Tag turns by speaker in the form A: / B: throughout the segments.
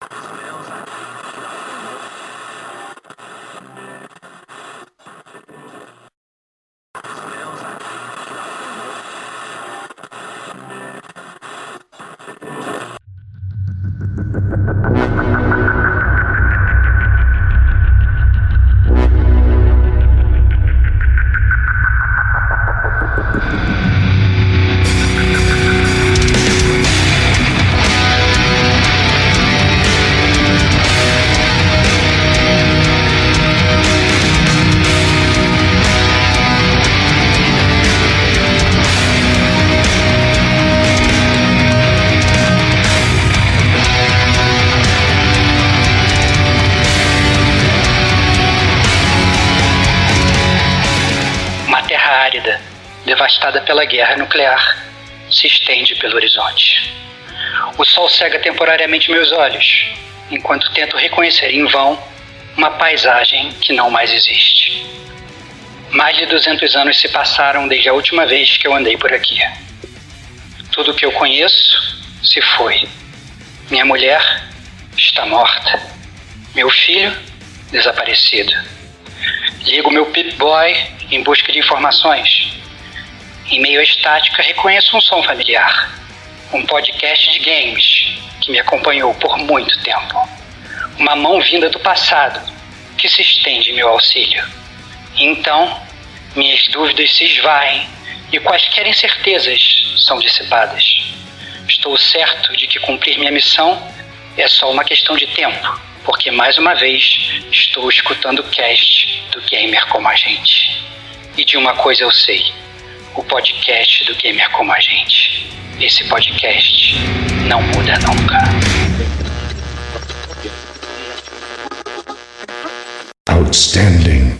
A: Devastada pela guerra nuclear, se estende pelo horizonte. O sol cega temporariamente meus olhos, enquanto tento reconhecer em vão uma paisagem que não mais existe. Mais de 200 anos se passaram desde a última vez que eu andei por aqui. Tudo o que eu conheço se foi. Minha mulher está morta. Meu filho, desaparecido. Ligo meu Pip-Boy em busca de informações. Em meio à estática, reconheço um som familiar. Um podcast de games que me acompanhou por muito tempo. Uma mão vinda do passado que se estende em meu auxílio. Então, minhas dúvidas se esvaem e quaisquer incertezas são dissipadas. Estou certo de que cumprir minha missão é só uma questão de tempo, porque mais uma vez estou escutando o cast do Gamer Como a Gente. E de uma coisa eu sei. O podcast do Gamer Como a Gente. Esse podcast não muda nunca.
B: Outstanding.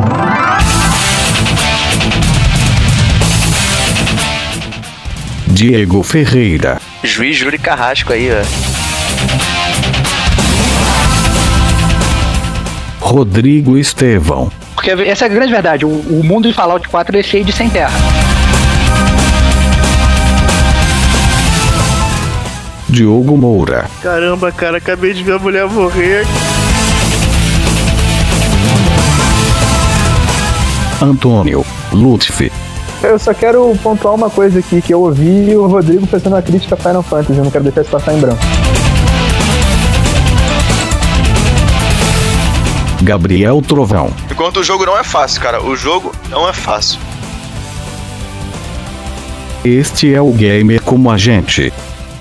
B: Diego Ferreira.
C: Juiz Júlio Carrasco aí, ó.
B: Rodrigo Estevão.
A: Porque essa é a grande verdade. O mundo de Fallout 4 é cheio de sem terra.
B: Diogo Moura.
D: Caramba, cara, acabei de ver a mulher morrer.
B: Antônio Lutfi.
E: Eu só quero pontuar uma coisa aqui, que eu ouvi o Rodrigo fazendo uma crítica a Final Fantasy. Eu não quero deixar isso passar em branco.
B: Gabriel Trovão.
F: Enquanto o jogo não é fácil, cara. O jogo não é fácil.
B: Este é o Gamer Como a Gente.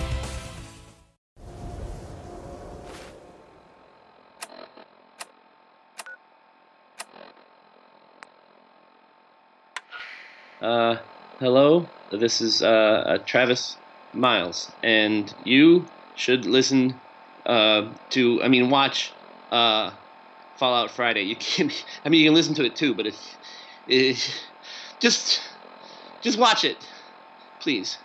G: Hello, this is Travis Miles, and you should listen watch Fallout Friday. You can listen to it too, but just watch it, please.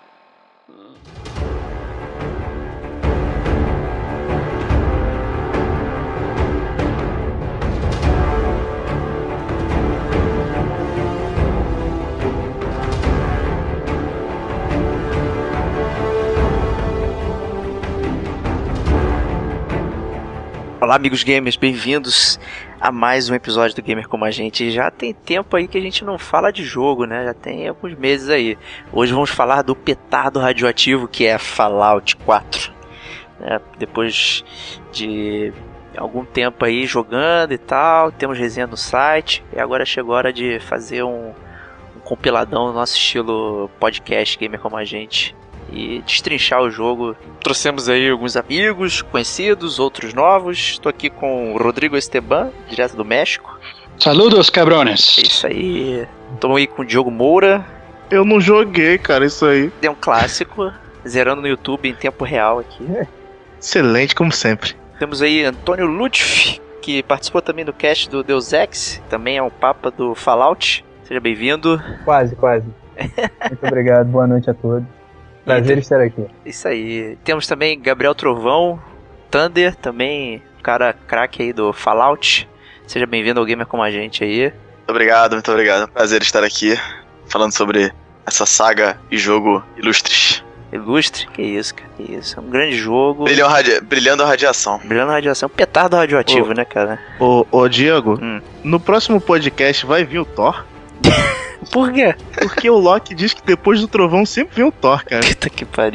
C: Olá, amigos gamers, bem-vindos a mais um episódio do Gamer Como a Gente. Já tem tempo aí que a gente não fala de jogo, né? Já tem alguns meses aí. Hoje vamos falar do petardo radioativo que é Fallout 4. Depois de algum tempo aí jogando e tal, temos resenha no site. E agora chegou a hora de fazer um compiladão no nosso estilo podcast Gamer Como a Gente e destrinchar o jogo. Trouxemos aí alguns amigos conhecidos, outros novos. Estou aqui com o Rodrigo Esteban, direto do México.
A: Saludos, cabrones.
C: É isso aí. Estamos aí com o Diogo Moura.
D: Eu não joguei, cara, isso aí.
C: É um clássico, zerando no YouTube em tempo real aqui.
D: Excelente, como sempre.
C: Temos aí Antônio Lutfi, que participou também do cast do Deus Ex, também é um papa do Fallout. Seja bem-vindo.
E: Quase. Muito obrigado, boa noite a todos. Prazer estar aqui.
C: Isso aí. Temos também Gabriel Trovão, Thunder, também cara craque aí do Fallout. Seja bem-vindo ao Gamer Como a Gente aí.
F: Muito obrigado. Prazer estar aqui falando sobre essa saga e jogo ilustres.
C: Ilustre? Que isso, cara. Que isso. É um grande jogo.
F: Brilhando a radiação.
C: Brilhando a radiação. Um petardo radioativo, né, cara?
D: Ô Diego, no próximo podcast vai vir o Thor?
C: Por quê?
D: Porque o Loki diz que depois do trovão sempre vem o Thor, cara.
C: Puta que pariu.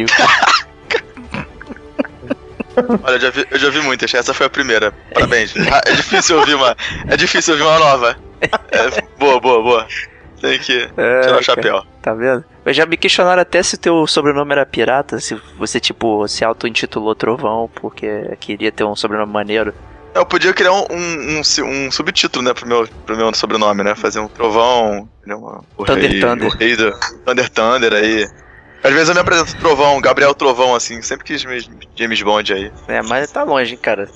F: Olha, eu já vi muitas, essa foi a primeira. Parabéns. É difícil ouvir uma nova. Boa. Tem que tirar o chapéu.
C: Tá vendo? Eu já me questionaram até se o teu sobrenome era pirata, se você, tipo, se auto-intitulou Trovão, porque queria ter um sobrenome maneiro.
F: Eu podia criar um subtítulo, né, pro meu sobrenome, né? Fazer um Trovão, o rei do Thunder aí. Às vezes eu me apresento Trovão, Gabriel Trovão, assim, sempre quis James Bond aí.
C: Mas tá longe, hein, cara.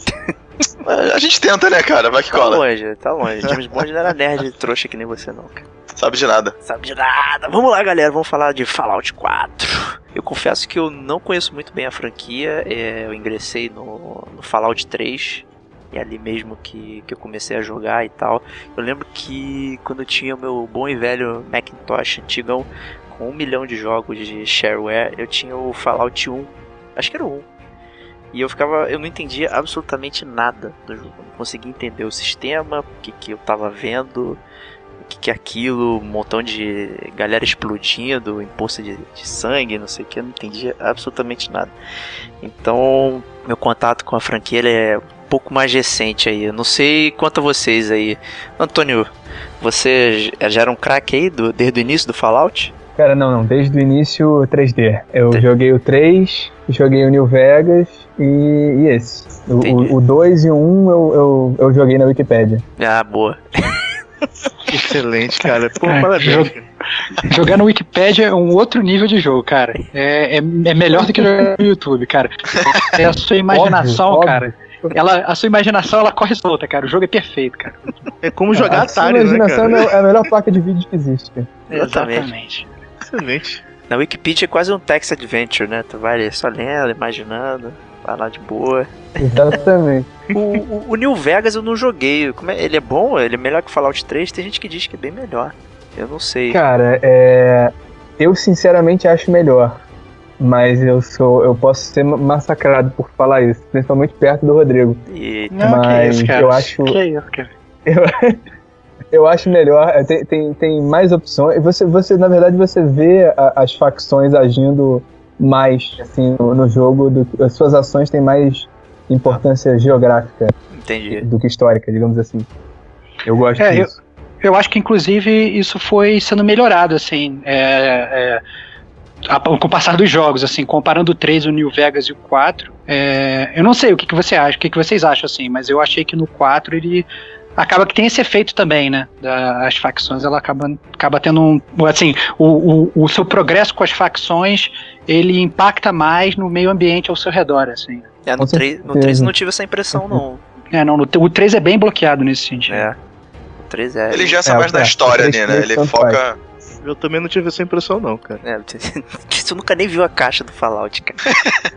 F: A gente tenta, né, cara? Vai que cola.
C: Tá longe. James Bond não era nerd trouxa que nem você, não, cara.
F: Sabe de nada.
C: Vamos lá, galera, vamos falar de Fallout 4. Eu confesso que eu não conheço muito bem a franquia. Eu ingressei no Fallout 3. E ali mesmo que eu comecei a jogar e tal. Eu lembro que quando eu tinha o meu bom e velho Macintosh antigão, com 1 milhão de jogos de shareware, eu tinha o Fallout 1. Acho que era o 1. E eu não entendia absolutamente nada do jogo. Eu não conseguia entender o sistema, o que eu tava vendo, o que é aquilo, um montão de galera explodindo em poça de sangue, não sei o que. Eu não entendia absolutamente nada. Então, meu contato com a franquia ele é um pouco mais recente aí. Eu não sei quanto a vocês aí. Antônio, você já era um craque aí desde o início do Fallout?
E: Cara, não, desde o início 3D. Eu joguei o 3, joguei o New Vegas e esse. O 2 e o 1 eu joguei na Wikipédia.
C: Ah, boa.
D: Excelente, cara. Pô, parabéns.
H: Jogar no Wikipédia é um outro nível de jogo, cara. É melhor do que jogar no YouTube, cara. É a sua imaginação, óbvio. Cara. A sua imaginação, ela corre solta, cara. O jogo é perfeito, cara.
D: É como jogar Atari, né, cara?
E: A imaginação é a melhor placa de vídeo que existe.
C: Exatamente.
D: Excelente.
C: Na Wikipedia é quase um text adventure, né? Tu vai só lendo, imaginando, vai lá de boa.
E: Exatamente.
C: O New Vegas eu não joguei. Ele é bom? Ele é melhor que o Fallout 3? Tem gente que diz que é bem melhor. Eu não sei.
E: Cara, eu sinceramente acho melhor. Mas eu posso ser massacrado por falar isso, principalmente perto do Rodrigo.
H: Não,
E: mas
H: que isso, cara.
E: Eu acho.
H: Que isso, cara.
E: Eu acho melhor, tem mais opções. Você, na verdade, você vê as facções agindo mais assim, no jogo, as suas ações têm mais importância geográfica.
C: Entendi.
E: Do que histórica, digamos assim. Eu gosto disso.
H: Eu acho que, inclusive, isso foi sendo melhorado, assim, com o passar dos jogos, assim, comparando o 3, o New Vegas e o 4. Eu não sei o que você acha, o que vocês acham, assim, mas eu achei que no 4 ele acaba que tem esse efeito também, né? As facções, ela acaba tendo assim, o seu progresso com as facções, ele impacta mais no meio ambiente ao seu redor, assim.
C: No 3 eu não tive essa impressão, não.
H: Não, o 3 é bem bloqueado nesse sentido.
C: O 3 é...
F: Ele já mais da história ali, né? Ele foca...
D: Eu também não tive essa impressão, não, cara.
C: Você nunca nem viu a caixa do Fallout, cara.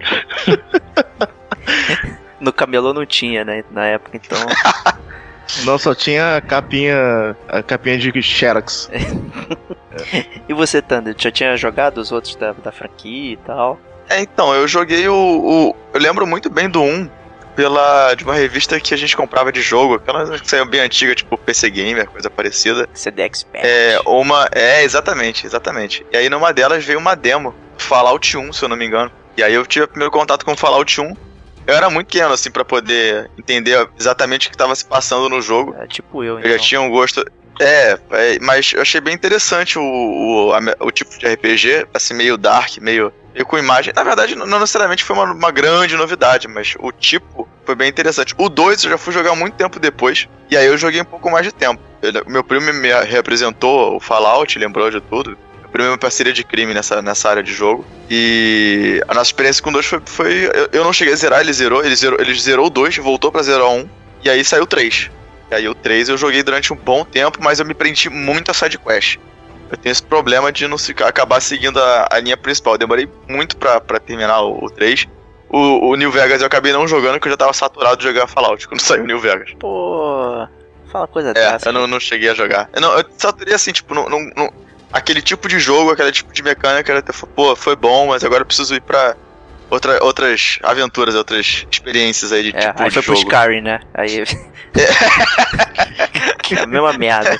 C: No camelô não tinha, né? Na época, então...
D: Não, só tinha a capinha de Xerox.
C: E você, Thunder, já tinha jogado os outros da franquia e tal?
F: Então, eu joguei eu lembro muito bem do 1 de uma revista que a gente comprava de jogo, aquela que saiu bem antiga, tipo PC Gamer, coisa parecida.
C: CD Expert.
F: Exatamente. E aí numa delas veio uma demo, Fallout 1, se eu não me engano. E aí eu tive o primeiro contato com o Fallout 1. Eu era muito pequeno, assim, pra poder entender exatamente o que tava se passando no jogo.
C: Tipo eu,
F: então. Eu já tinha um gosto... mas eu achei bem interessante o tipo de RPG, assim, meio dark, meio com imagem. Na verdade, não necessariamente foi uma grande novidade, mas o tipo foi bem interessante. O 2 eu já fui jogar muito tempo depois, e aí eu joguei um pouco mais de tempo. Meu primo me representou o Fallout, lembrou de tudo. Primeira parceria de crime nessa área de jogo. E a nossa experiência com o 2 foi eu não cheguei a zerar, ele zerou o 2, voltou pra zerar o 1, e aí saiu o 3. E aí o 3 eu joguei durante um bom tempo, mas eu me prendi muito a sidequest. Eu tenho esse problema de não acabar seguindo a linha principal. Eu demorei muito pra terminar o 3. O New Vegas eu acabei não jogando, porque eu já tava saturado de jogar Fallout quando saiu o New Vegas.
C: Pô, fala coisa dessa.
F: Eu não cheguei a jogar. Eu saturei assim, tipo, aquele tipo de jogo, aquele tipo de mecânica, pô, foi bom, mas agora eu preciso ir pra outras aventuras, outras experiências aí de tipo
C: aí
F: de
C: foi
F: jogo.
C: pro Skyrim, né? Aí... Que é a mesma merda.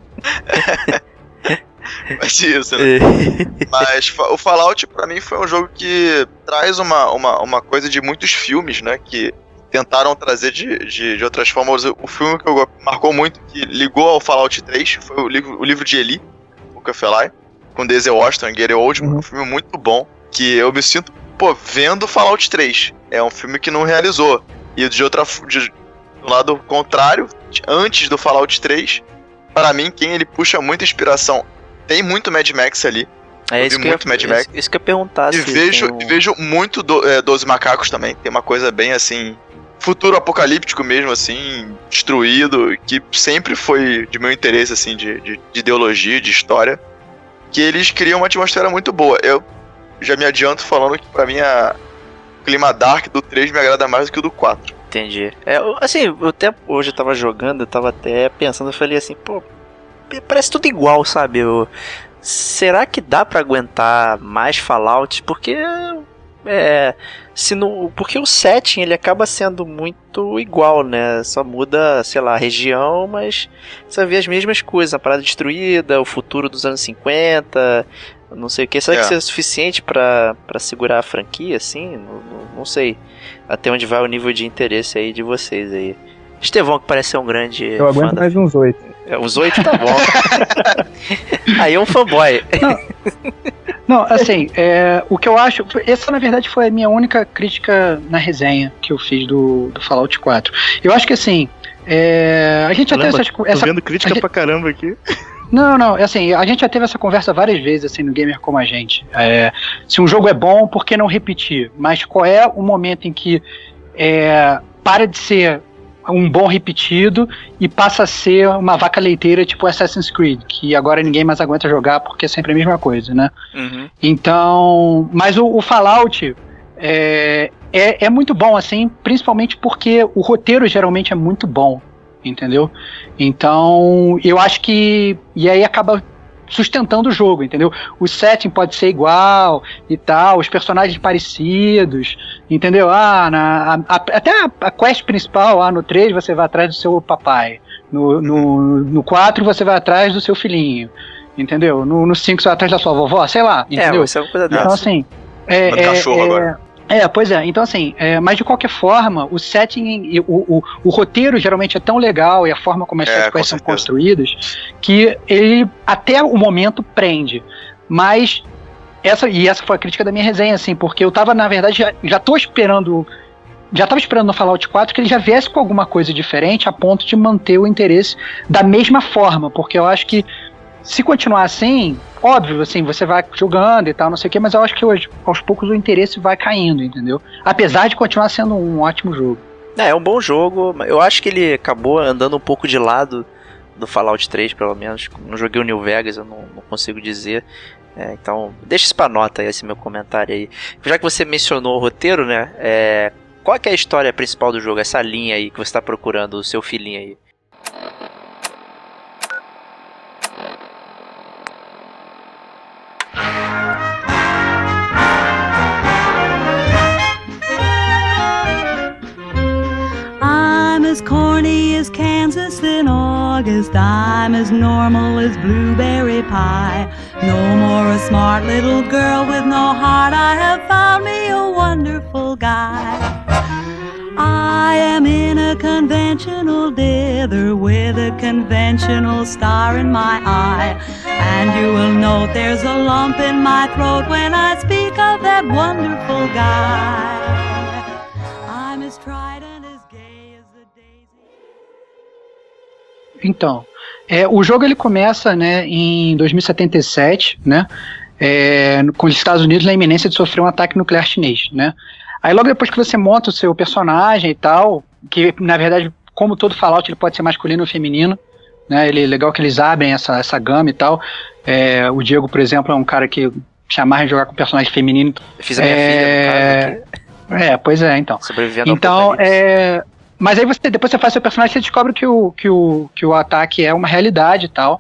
F: Mas isso, né? Mas o Fallout, pra mim, foi um jogo que traz uma coisa de muitos filmes, né? Que tentaram trazer de outras formas. O filme que marcou muito, que ligou ao Fallout 3, foi o livro de Eli, Book of Eli, com Denzel Washington e Gary Oldman. Um filme muito bom, que eu me sinto, vendo Fallout 3. É um filme que não realizou. E do lado contrário, antes do Fallout 3, para mim, quem ele puxa muita inspiração, tem muito Mad Max ali.
C: Isso que eu ia perguntar.
F: E vejo muito 12 Macacos também. Tem uma coisa bem assim, futuro apocalíptico mesmo, assim, destruído, que sempre foi de meu interesse, assim, de ideologia, de história. Que eles criam uma atmosfera muito boa. Eu já me adianto falando que pra mim o clima dark do 3 me agrada mais do que o do 4.
C: Entendi. Assim, hoje eu tava jogando, eu tava até pensando, eu falei assim, parece tudo igual, sabe? Será que dá pra aguentar mais Fallout? Porque porque o setting ele acaba sendo muito igual, né? Só muda, sei lá, a região, mas você vê as mesmas coisas, a parada destruída, o futuro dos anos 50, não sei o que. Será que isso é suficiente pra segurar a franquia, assim? Não sei até onde vai o nível de interesse aí de vocês aí. Estevão, que parece ser um grande...
E: Eu aguento mais uns 8.
C: Uns 8 tá bom. Aí é um fanboy.
H: Não, assim, o que eu acho... Essa, na verdade, foi a minha única crítica na resenha que eu fiz do Fallout 4. Eu acho que, assim, a gente já teve
D: tô vendo crítica pra caramba aqui.
H: Não, assim, a gente já teve essa conversa várias vezes, assim, no Gamer Como a Gente. Se um jogo é bom, por que não repetir? Mas qual é o momento em que para de ser um bom repetido e passa a ser uma vaca leiteira tipo Assassin's Creed, que agora ninguém mais aguenta jogar porque é sempre a mesma coisa, né? Uhum. Então, mas o Fallout é muito bom, assim, principalmente porque o roteiro geralmente é muito bom, entendeu? Então, eu acho que... E aí acaba sustentando o jogo, entendeu? O setting pode ser igual e tal, os personagens parecidos, entendeu? Até a quest principal, no 3 você vai atrás do seu papai, no 4 você vai atrás do seu filhinho, entendeu? No 5 você vai atrás da sua vovó, sei lá, entendeu?
C: Isso é uma coisa dessa.
H: Então, assim...
F: cachorro agora.
H: Pois é, então assim, mas de qualquer forma, o setting, o roteiro geralmente é tão legal e a forma como as coisas são construídas, que ele até o momento prende. Mas essa foi a crítica da minha resenha, assim, porque eu tava, na verdade, já tava esperando no Fallout 4 que ele já viesse com alguma coisa diferente a ponto de manter o interesse da mesma forma, porque eu acho que se continuar assim, óbvio, assim, você vai jogando e tal, não sei o que, mas eu acho que hoje, aos poucos o interesse vai caindo, entendeu? Apesar de continuar sendo um ótimo jogo.
C: É um bom jogo, eu acho que ele acabou andando um pouco de lado do Fallout 3, pelo menos. Não joguei o New Vegas, eu não consigo dizer. Então, deixa isso pra nota, esse meu comentário aí. Já que você mencionou o roteiro, né? Qual que é a história principal do jogo? Essa linha aí que você tá procurando, o seu filhinho aí.
I: As corny as Kansas in August, I'm as normal as blueberry pie. No more a smart little girl with no heart, I have found me a wonderful guy. I am in a conventional dither with a conventional star in my eye. And you will note there's a lump in my throat when I speak of that wonderful guy. I'm as tried and as gay as the daisy.
H: Então, o jogo ele começa, né, em 2077, né, com os Estados Unidos na iminência de sofrer um ataque nuclear chinês, né. Aí logo depois que você monta o seu personagem e tal, que na verdade, como todo Fallout, ele pode ser masculino ou feminino, né, legal que eles abrem essa gama e tal. O Diego, por exemplo, é um cara que chamar de jogar com personagem feminino.
C: Eu fiz a minha filha no caso aqui.
H: Pois é, então.
C: Sobrevivendo ao
H: então,
C: apocalipse.
H: Mas aí depois você faz seu personagem e você descobre que o ataque é uma realidade e tal.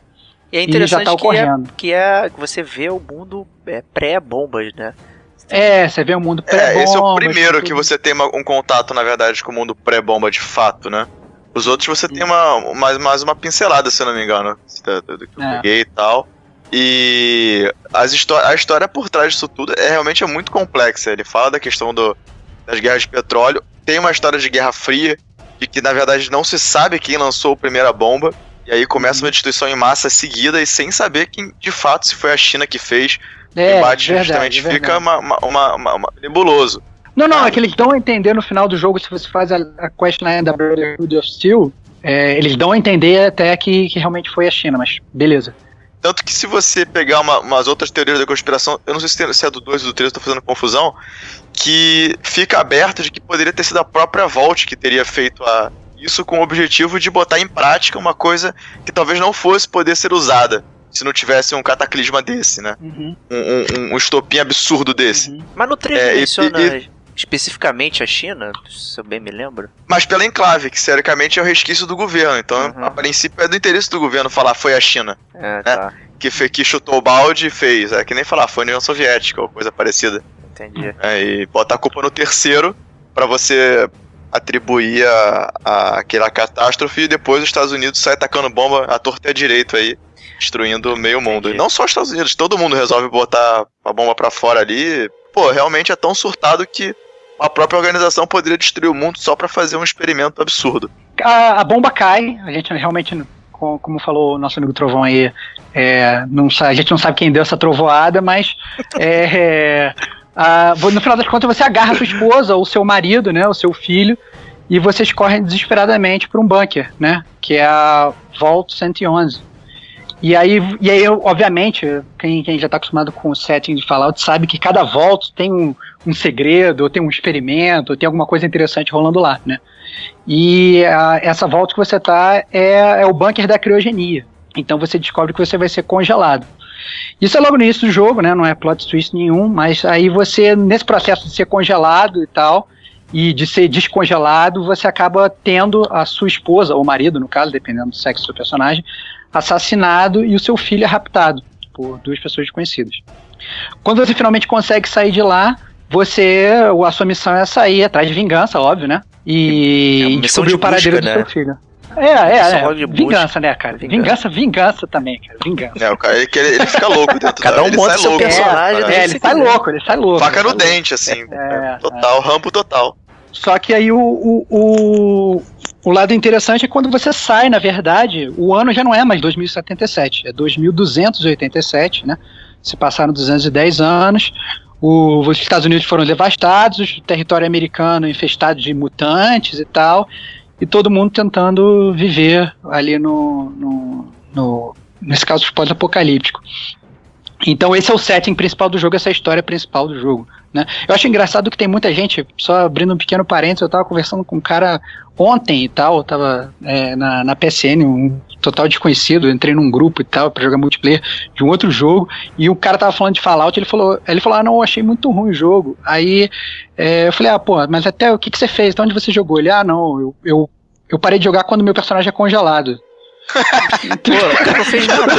C: E é
H: e já
C: interessante
H: tá ocorrendo.
C: que você vê o mundo pré-bombas, né?
H: Você vê o mundo pré-bomba.
F: Esse é o primeiro que você tem um contato, na verdade, com o mundo pré-bomba de fato, né? Os outros você tem mais uma pincelada, se eu não me engano, do que eu peguei e tal. E a história por trás disso tudo realmente muito complexa. Ele fala da questão das guerras de petróleo. Tem uma história de Guerra Fria, de que na verdade não se sabe quem lançou a primeira bomba. E aí começa uma destruição em massa seguida e sem saber quem de fato se foi a China que fez. O debate justamente fica nebuloso.
H: Não, é que eles dão a entender no final do jogo, se você faz a questline da Brotherhood of Steel, eles dão a entender até que realmente foi a China, mas beleza.
F: Tanto que se você pegar umas outras teorias da conspiração, eu não sei se é do 2 ou do 3, eu tô fazendo confusão, que fica aberto de que poderia ter sido a própria Vault que teria feito isso com o objetivo de botar em prática uma coisa que talvez não fosse poder ser usada se não tivesse um cataclisma desse, né? Um estopim absurdo desse.
C: Mas no 3 menciona especificamente a China, se eu bem me lembro.
F: Mas pela enclave, que teoricamente é o resquício do governo. Então, a princípio, é do interesse do governo falar foi a China.
C: Tá.
F: Que chutou o balde e fez. É que nem falar, foi a União Soviética ou coisa parecida.
C: Entendi.
F: E botar a culpa no terceiro pra você atribuir aquela catástrofe e depois os Estados Unidos saem tacando bomba à torta e à direito aí, destruindo meio mundo.
C: Entendi.
F: E não só os Estados Unidos, todo mundo resolve botar a bomba pra fora ali. Pô, realmente é tão surtado que a própria organização poderia destruir o mundo só pra fazer um experimento absurdo.
H: A bomba cai, a gente realmente, como falou o nosso amigo Trovão aí, a gente não sabe quem deu essa trovoada, mas no final das contas você agarra a sua esposa, ou seu marido, né, o seu filho, e vocês correm desesperadamente para um bunker, né, que é a Vault 111. E aí, obviamente, quem já está acostumado com o setting de Fallout sabe que cada Vault tem um segredo, ou tem um experimento, ou tem alguma coisa interessante rolando lá, né? E essa Vault que você tá é o bunker da criogenia. Então você descobre que você vai ser congelado. Isso é logo no início do jogo, né? Não é plot twist nenhum, mas aí você, nesse processo de ser congelado e tal, e de ser descongelado, você acaba tendo a sua esposa, ou marido, no caso, dependendo do sexo do personagem, assassinado e o seu filho é raptado por duas pessoas desconhecidas. Quando você finalmente consegue sair de lá, a sua missão é sair atrás de vingança, óbvio, né? E descobrir o paradeiro do seu filho. Vingança, né, cara? Vingança também, cara. Vingança.
F: O cara, ele fica louco dentro
C: Cada um monta seu personagem.
H: Ele sai louco.
F: Faca no dente, assim. Total, Rambo total.
H: Só que aí o lado interessante é quando você sai, na verdade, o ano já não é mais 2077, é 2287, né? Se passaram 210 anos, os Estados Unidos foram devastados, o território americano infestado de mutantes e tal, e todo mundo tentando viver ali nesse caso pós-apocalíptico. Então esse é o setting principal do jogo, essa é a história principal do jogo, né? Eu acho engraçado que tem muita gente, só abrindo um pequeno parênteses, eu tava conversando com um cara ontem e tal, eu tava na PSN, um total desconhecido, eu entrei num grupo e tal, pra jogar multiplayer de um outro jogo, e o cara tava falando de Fallout, ele falou, não, eu achei muito ruim o jogo, aí eu falei, mas até o que você fez, então onde você jogou? Ele, não, eu parei de jogar quando meu personagem é congelado.
C: Pô, o cara não fez nada.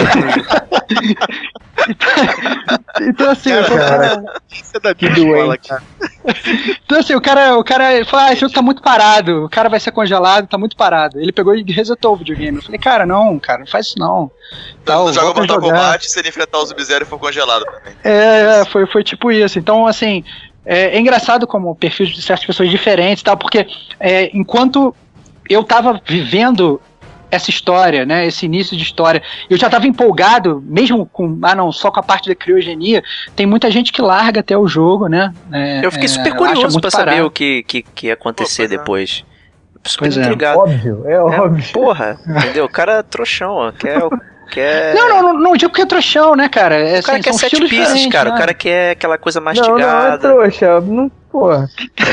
H: Então assim,
D: Você dá que doente, cara.
H: Então assim, o cara falou, esse jogo tá muito parado, o cara vai ser congelado, tá muito parado. Ele pegou e resetou o videogame. Eu falei, cara, não faz isso não.
F: Você joga Mortal Kombat, se ele enfrentar o Sub-Zero e for congelado também.
H: Foi tipo isso. Então assim, é engraçado como o perfil de certas pessoas diferentes e tal, porque enquanto eu tava vivendo essa história, né, esse início de história, eu já estava empolgado, mesmo com, só com a parte da criogenia, tem muita gente que larga até o jogo, né.
C: Eu fiquei super curioso pra saber o que ia acontecer depois. Super intrigado.
E: Óbvio.
C: Porra, entendeu? O cara é trouxão, ó, quer...
H: Não digo que é trouxão, né, cara?
C: O cara quer 7 pieces, cara, né? O cara quer aquela coisa mastigada.
E: Não é trouxa, porra.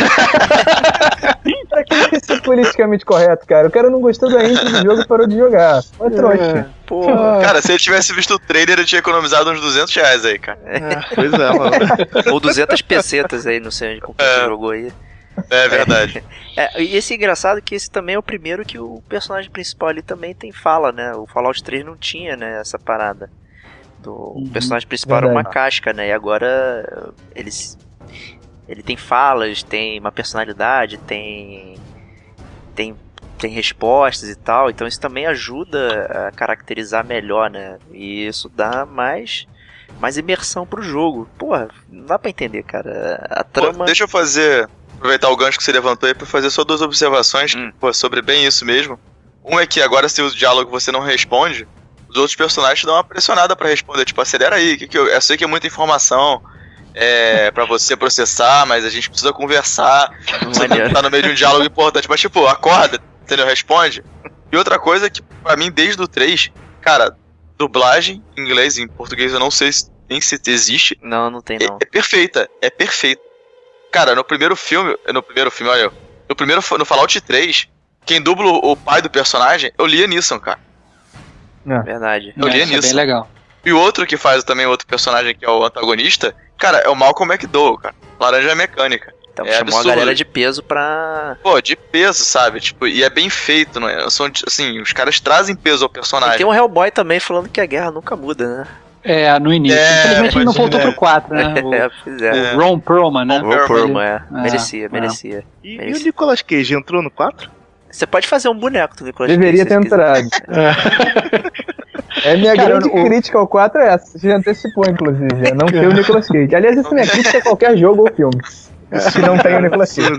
E: Pra que ser politicamente correto, cara? O cara não gostou da intro do jogo e parou de jogar. É trouxa.
F: Porra. Cara, se ele tivesse visto o trailer, ele tinha economizado uns R$200 aí, cara.
D: Pois é, mano.
C: Ou 200 pesetas aí, não sei onde você jogou aí.
F: É verdade.
C: E esse engraçado que esse também é o primeiro que o personagem principal ali também tem fala, né? O Fallout 3 não tinha, né, essa parada. O personagem principal era uma casca, né? E agora ele tem falas, tem uma personalidade, tem respostas e tal. Então isso também ajuda a caracterizar melhor, né? E isso dá mais imersão pro jogo. Porra, não dá pra entender, cara. A trama...
F: Deixa eu aproveitar o gancho que você levantou aí pra fazer só 2 observações sobre bem isso mesmo. Um é que agora, se o diálogo você não responde, os outros personagens dão uma pressionada pra responder, tipo, acelera aí, eu sei que é muita informação pra você processar, mas a gente precisa conversar, você tá no meio de um diálogo importante, mas tipo, acorda, entendeu? Responde. E outra coisa que, pra mim, desde o 3, cara, dublagem em inglês e em português eu não sei nem se existe.
C: Não tem não.
F: É perfeita. Cara, no primeiro filme, olha, no Fallout 3, quem dubla o pai do personagem é o Liam Neeson, cara.
C: Verdade.
F: É o Liam Neeson.
H: Bem legal.
F: E o outro que faz também outro personagem, que é o antagonista, cara, é o Malcolm McDowell, cara. Laranja Mecânica.
C: Então chamou absurdo. A galera de peso pra...
F: Pô, de peso, sabe? Tipo, e é bem feito, não é? São, assim, os caras trazem peso ao personagem.
C: E tem um Hellboy também falando que a guerra nunca muda, né?
H: No início. Infelizmente ele não voltou pro 4, né? O Ron Perlman, né?
C: Ron Perlman, merecia.
D: E o Nicolas Cage entrou no 4?
C: Você pode fazer um boneco do Nicolas Cage.
E: Deveria ter entrado. Minha grande crítica ao 4 é essa. Você já antecipou, inclusive. Não ter o Nicolas Cage. Aliás, essa é minha crítica a qualquer jogo ou filme. Se não tem o Nicolas Cage.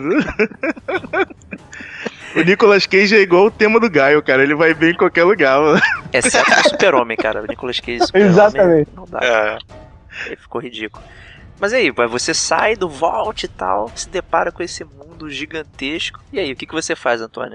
D: O Nicolas Cage é igual o tema do Gaio, cara. Ele vai bem em qualquer lugar, mano.
C: Exceto o Super-Homem, cara. O Nicolas Cage Super-Homem.
E: Exatamente.
C: Não dá. Ele ficou ridículo. Mas aí, você sai do Vault e tal, se depara com esse mundo gigantesco. E aí, o que você faz, Antônio?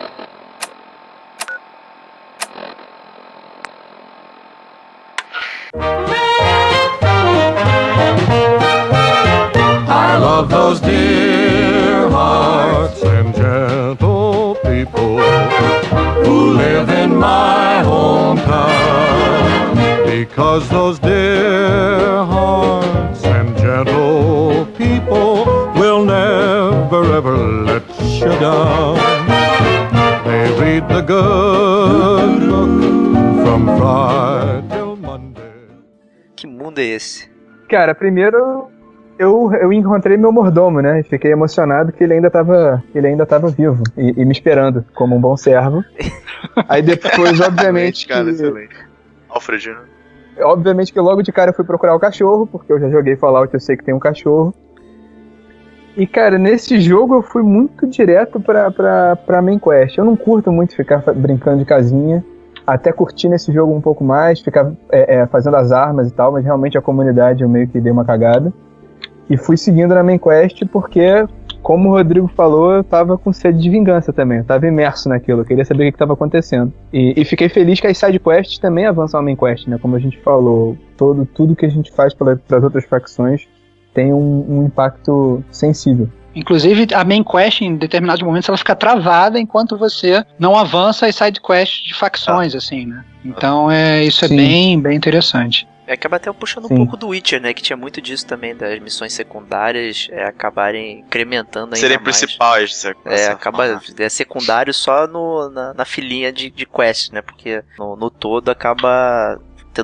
J: I love those dear hearts and gentle people who live in my hometown, because those dear hearts and gentle people will never ever let you down. They read the good book from Friday till Monday.
C: Que mundo é esse?
E: Cara, primeiro eu encontrei meu mordomo, né? Fiquei emocionado que ele ainda tava vivo e me esperando como um bom servo. Aí depois, obviamente,
F: cara, excelente. Alfred, né?
E: Obviamente que logo de cara eu fui procurar o cachorro, porque eu já joguei Fallout, eu sei que tem um cachorro. E, cara, nesse jogo eu fui muito direto pra main quest. Eu não curto muito ficar brincando de casinha. Até curti nesse jogo um pouco mais, ficar fazendo as armas e tal, mas realmente a comunidade eu meio que dei uma cagada. E fui seguindo na main quest porque, como o Rodrigo falou, eu tava com sede de vingança também. Eu tava imerso naquilo, eu queria saber o que tava acontecendo. E fiquei feliz que as side quests também avançam a main quest, né? Como a gente falou, tudo que a gente faz pras outras facções tem um impacto sensível.
H: Inclusive, a main quest, em determinados momentos, ela fica travada enquanto você não avança as side quests de facções, assim, né? Então, isso é bem interessante.
C: Acaba até puxando um pouco do Witcher, né? Que tinha muito disso também, das missões secundárias acabarem incrementando ainda
F: serem
C: mais.
F: principais.
C: Acaba secundário só na filinha de quest, né? Porque no todo acaba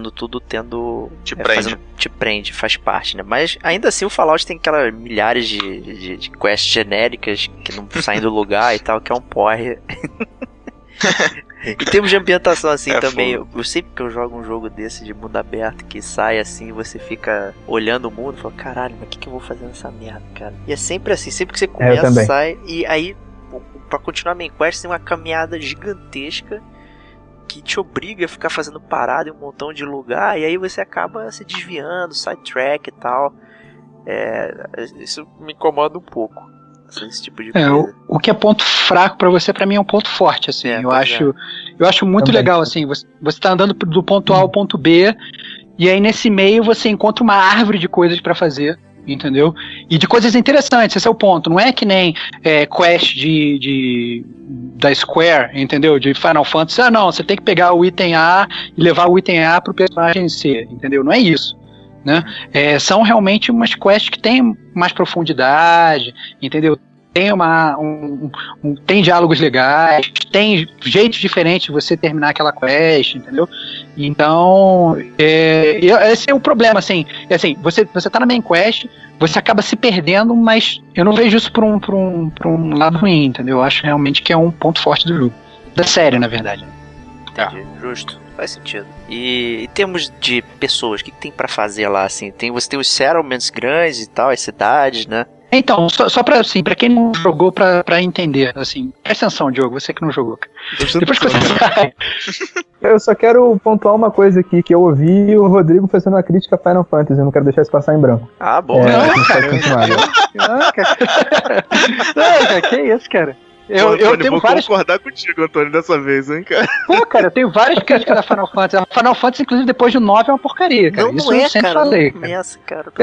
C: te prende, faz parte, né? Mas ainda assim o Fallout tem aquelas milhares de quests genéricas que não saem do lugar e tal, que é um porre. Em termos de ambientação assim também, eu sempre que eu jogo um jogo desse de mundo aberto que sai assim, você fica olhando o mundo e fala, caralho, mas o que eu vou fazer nessa merda, cara? E é sempre assim, sempre que você começa, sai, e aí pra continuar a main quest tem uma caminhada gigantesca que te obriga a ficar fazendo parada em um montão de lugar, e aí você acaba se desviando, sidetrack e tal. Isso me incomoda um pouco. Esse tipo de coisa.
H: O que é ponto fraco pra você, pra mim é um ponto forte, assim. Eu acho muito legal, assim, você tá andando do ponto A ao ponto B, e aí nesse meio você encontra uma árvore de coisas pra fazer, entendeu? E de coisas interessantes, esse é o ponto. Não é que nem quest da Square, entendeu? De Final Fantasy. Não, você tem que pegar o item A e levar o item A pro personagem C, entendeu? Não é isso. Né? São realmente umas quests que têm mais profundidade, entendeu? tem tem diálogos legais, tem jeitos diferentes de você terminar aquela quest, entendeu? Então, esse é o problema, assim. Você tá na main quest, você acaba se perdendo, mas eu não vejo isso por um lado ruim, entendeu? Eu acho realmente que é um ponto forte do jogo. Da série, na verdade.
C: Entendi, justo. Faz sentido. E em termos de pessoas, o que tem pra fazer lá, assim? Você tem os settlements grandes e tal, as cidades, né?
H: Então, só pra, assim, pra quem não jogou, pra entender, assim, presta atenção, Diogo, você que não jogou. Depois que você sai...
E: Eu só quero pontuar uma coisa aqui, que eu ouvi o Rodrigo fazendo uma crítica a Final Fantasy, eu não quero deixar isso passar em branco.
C: Ah, bom.
H: Não, cara, que isso, cara? Eu tenho várias...
D: concordar contigo, Antônio, dessa vez, hein, cara?
H: Pô, cara, eu tenho várias críticas da Final Fantasy. A Final Fantasy, inclusive, depois do 9 é uma porcaria, cara.
C: Não,
H: isso
C: não
H: eu
C: é,
H: sempre
C: cara.
H: falei,
C: Não
H: cara.
C: começa, cara.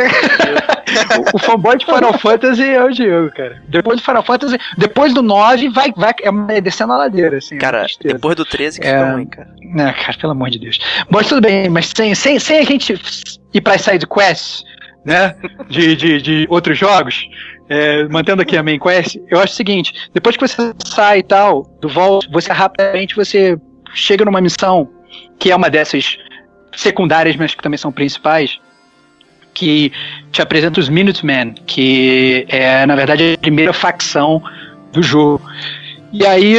H: O fanboy de Final Fantasy é o Diogo, cara. Depois do Final Fantasy, depois do 9, vai descendo a ladeira, assim.
C: Cara, depois do 13 que fica ruim, cara.
H: Não, cara, pelo amor de Deus. Mas tudo bem, mas sem a gente ir pra side quests, né, de outros jogos, mantendo aqui a main quest, eu acho o seguinte, depois que você sai e tal, do Vault, você rapidamente chega numa missão, que é uma dessas secundárias, mas que também são principais, que te apresenta os Minutemen, que é, na verdade, a primeira facção do jogo. E aí,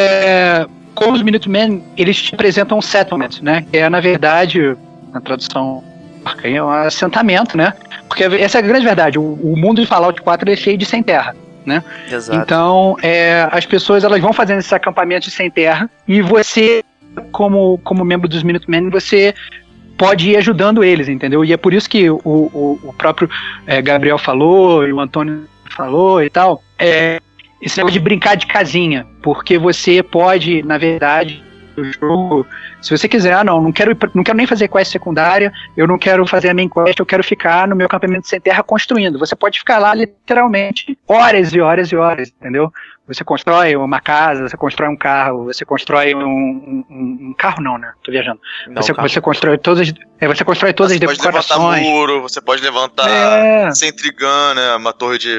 H: com os Minutemen, eles te apresentam um settlement, né, que é, na verdade, na tradução é um assentamento, né? Porque essa é a grande verdade. O mundo de Fallout 4 é cheio de sem terra, né?
C: Exato.
H: Então, as pessoas elas vão fazendo esses acampamentos de sem terra e você, como membro dos Minutemen, você pode ir ajudando eles, entendeu? E é por isso que o próprio Gabriel falou e o Antônio falou e tal, esse negócio de brincar de casinha, porque você pode, na verdade, o jogo, se você quiser, não quero nem fazer quest secundária, eu não quero fazer a main quest, eu quero ficar no meu acampamento sem terra construindo. Você pode ficar lá literalmente horas e horas e horas, entendeu? Você constrói uma casa, você constrói um carro, você constrói um carro não, né? Tô viajando.
C: Não,
H: você constrói todas as decorações.
F: Você pode levantar muro, você pode levantar centrigun, né? Uma torre de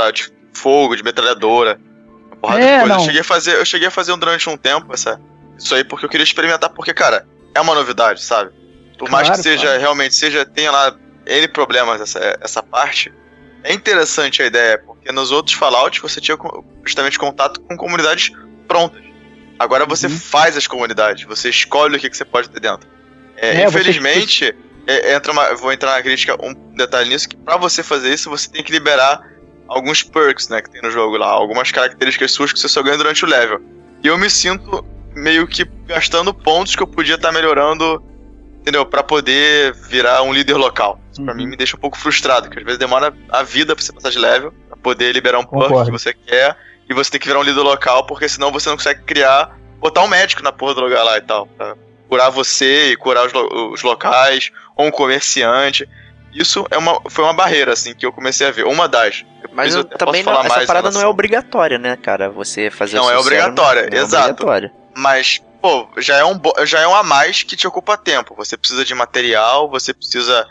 F: fogo, de metralhadora. Uma porrada de coisa. Eu cheguei a fazer durante um tempo isso aí porque eu queria experimentar, porque, cara, é uma novidade, sabe? Por mais que seja, realmente, tenha lá N problemas essa parte, é interessante a ideia, porque nos outros Fallout você tinha justamente contato com comunidades prontas. Agora você faz as comunidades, você escolhe o que você pode ter dentro. Infelizmente, vou entrar na crítica, um detalhe nisso, que pra você fazer isso, você tem que liberar alguns perks, né, que tem no jogo lá, algumas características suas que você só ganha durante o level. E eu me sinto meio que gastando pontos que eu podia estar melhorando, entendeu? Pra poder virar um líder local. Isso pra mim me deixa um pouco frustrado, porque às vezes demora a vida pra você passar de level, pra poder liberar um perk que você quer, e você tem que virar um líder local, porque senão você não consegue botar um médico na porra do lugar lá e tal, pra curar você e curar os locais, ou um comerciante. Isso foi uma barreira, assim, que eu comecei a ver, uma das.
C: Mas também essa parada não é obrigatória, né, cara? Você fazer
F: não é obrigatória, exato. Mas, pô, já é um a mais que te ocupa tempo. Você precisa de material, você precisa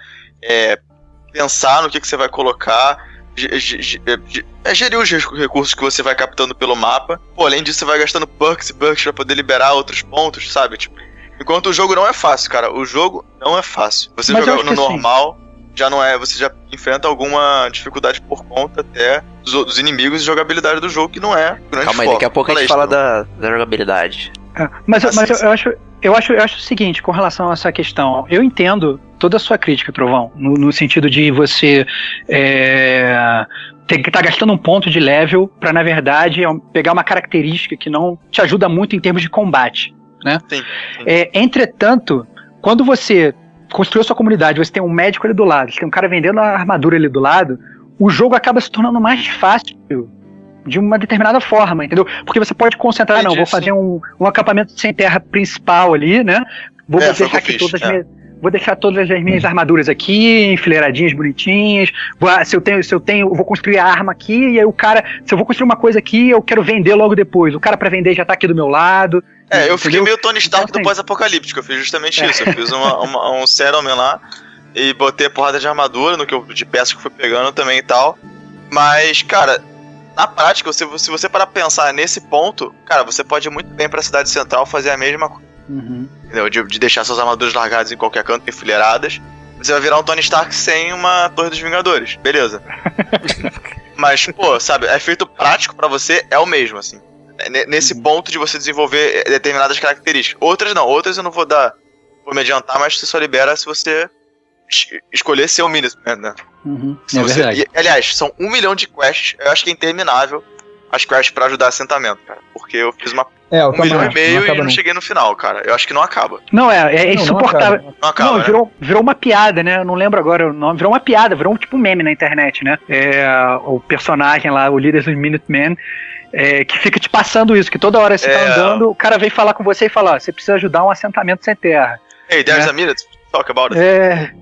F: pensar no que você vai colocar, gerir os recursos que você vai captando pelo mapa. Pô, além disso, você vai gastando perks pra poder liberar outros pontos, sabe? Tipo, enquanto o jogo não é fácil, cara. O jogo não é fácil. Você jogar no normal, já não é. Você já enfrenta alguma dificuldade por conta até dos inimigos e jogabilidade do jogo, que não é grande.
C: Calma aí, daqui a pouco a gente fala da jogabilidade.
H: Mas eu acho o seguinte, com relação a essa questão, eu entendo toda a sua crítica, Trovão, no sentido de você ter que estar gastando um ponto de level pra, na verdade, pegar uma característica que não te ajuda muito em termos de combate, né? Sim. Entretanto, quando você construiu sua comunidade, você tem um médico ali do lado, você tem um cara vendendo a armadura ali do lado, o jogo acaba se tornando mais fácil de uma determinada forma, entendeu? Porque você pode concentrar, vou fazer um acampamento sem terra principal ali, né? Vou deixar todas as minhas armaduras aqui, enfileiradinhas, bonitinhas. Vou construir a arma aqui, e aí o cara, se eu vou construir uma coisa aqui, eu quero vender logo depois. O cara pra vender já tá aqui do meu lado.
F: Eu fiquei meio Tony Stark do pós-apocalíptico, eu fiz justamente isso. Eu fiz um settlement lá e botei a porrada de armadura de peças que eu fui pegando também e tal. Mas, cara, na prática, se você parar pra pensar nesse ponto, cara, você pode ir muito bem pra cidade central fazer a mesma coisa. Entendeu? De deixar suas armaduras largadas em qualquer canto, enfileiradas. Você vai virar um Tony Stark sem uma Torre dos Vingadores. Beleza. Mas, pô, sabe, efeito prático pra você é o mesmo, assim. Nesse ponto de você desenvolver determinadas características. Outras não, outras eu não vou me adiantar, mas você só libera se você escolher ser um Minuteman, né?
H: É verdade.
F: Aliás, são 1 milhão de quests, eu acho que é interminável as quests pra ajudar assentamento, cara. Porque eu fiz 1,5 milhão e não cheguei no final, cara. Eu acho que não acaba.
H: Não, é insuportável.
F: Não acaba, né?
H: Virou uma piada, né? Eu não lembro agora o nome. Virou uma piada, virou um tipo meme na internet, né? O personagem lá, o líder dos Minutemen, que fica te passando isso, que toda hora você tá andando, o cara vem falar com você e fala, você precisa ajudar um assentamento sem terra.
F: Hey, there's a minute. Talk about it.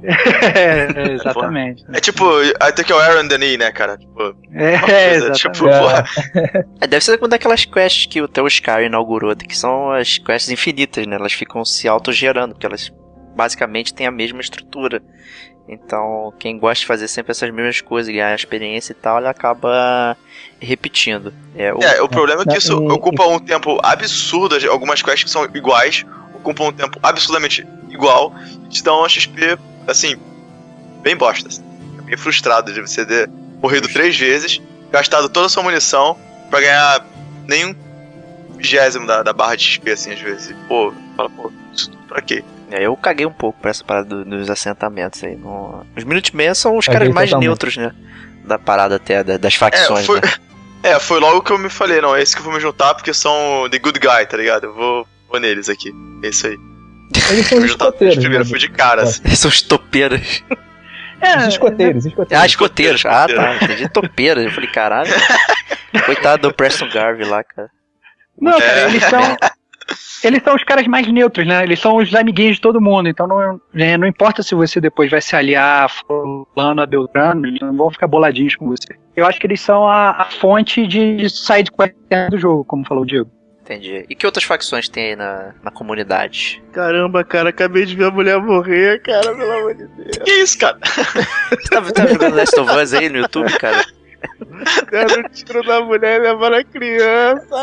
H: Exatamente.
F: É tipo, I think you're Aaron Denis, né, cara? Tipo,
H: exatamente.
F: Tipo,
C: deve ser uma daquelas quests que o teu Skyrim inaugurou, que são as quests infinitas, né? Elas ficam se autogerando, porque elas basicamente têm a mesma estrutura. Então, quem gosta de fazer sempre essas mesmas coisas, ganhar experiência e tal, ele acaba repetindo.
F: O problema é que isso ocupa um tempo absurdo. Algumas quests que são iguais ocupam um tempo absurdamente igual e te dão uma XP, assim, bem bosta. Assim. É bem frustrado de você ter morrido 3 vezes, gastado toda a sua munição pra ganhar nem 1/20 da barra de XP, assim, às vezes. E, pô, isso tudo pra quê?
C: Eu caguei um pouco pra essa parada dos assentamentos aí. Os Minutemen são os caras mais neutros, né? Da parada até, das facções, né?
F: Foi logo que eu me falei, não, é esse que eu vou me juntar porque são the good guy, tá ligado? Eu vou neles aqui, é isso aí.
E: Eles são os escoteiros.
F: Primeiro, fui de cara, assim.
C: Eles são os topeiros.
E: Os escoteiros.
C: Escoteiros. Tá, entendi topeiros. Eu falei, caralho. Coitado do Preston Garvey lá, cara.
H: Não, cara, eles são os caras mais neutros, né? Eles são os amiguinhos de todo mundo. Então não importa se você depois vai se aliar a fulano, a Beltrano, eles não vão ficar boladinhos com você. Eu acho que eles são a fonte de side quest do jogo, como falou o Diego.
C: Entendi. E que outras facções tem aí na comunidade?
D: Caramba, cara, acabei de ver a mulher morrer, cara, pelo amor de Deus.
F: Que isso, cara?
C: Você tá jogando Last of Us aí no YouTube, cara?
D: Deram o tiro da mulher e levaram a criança.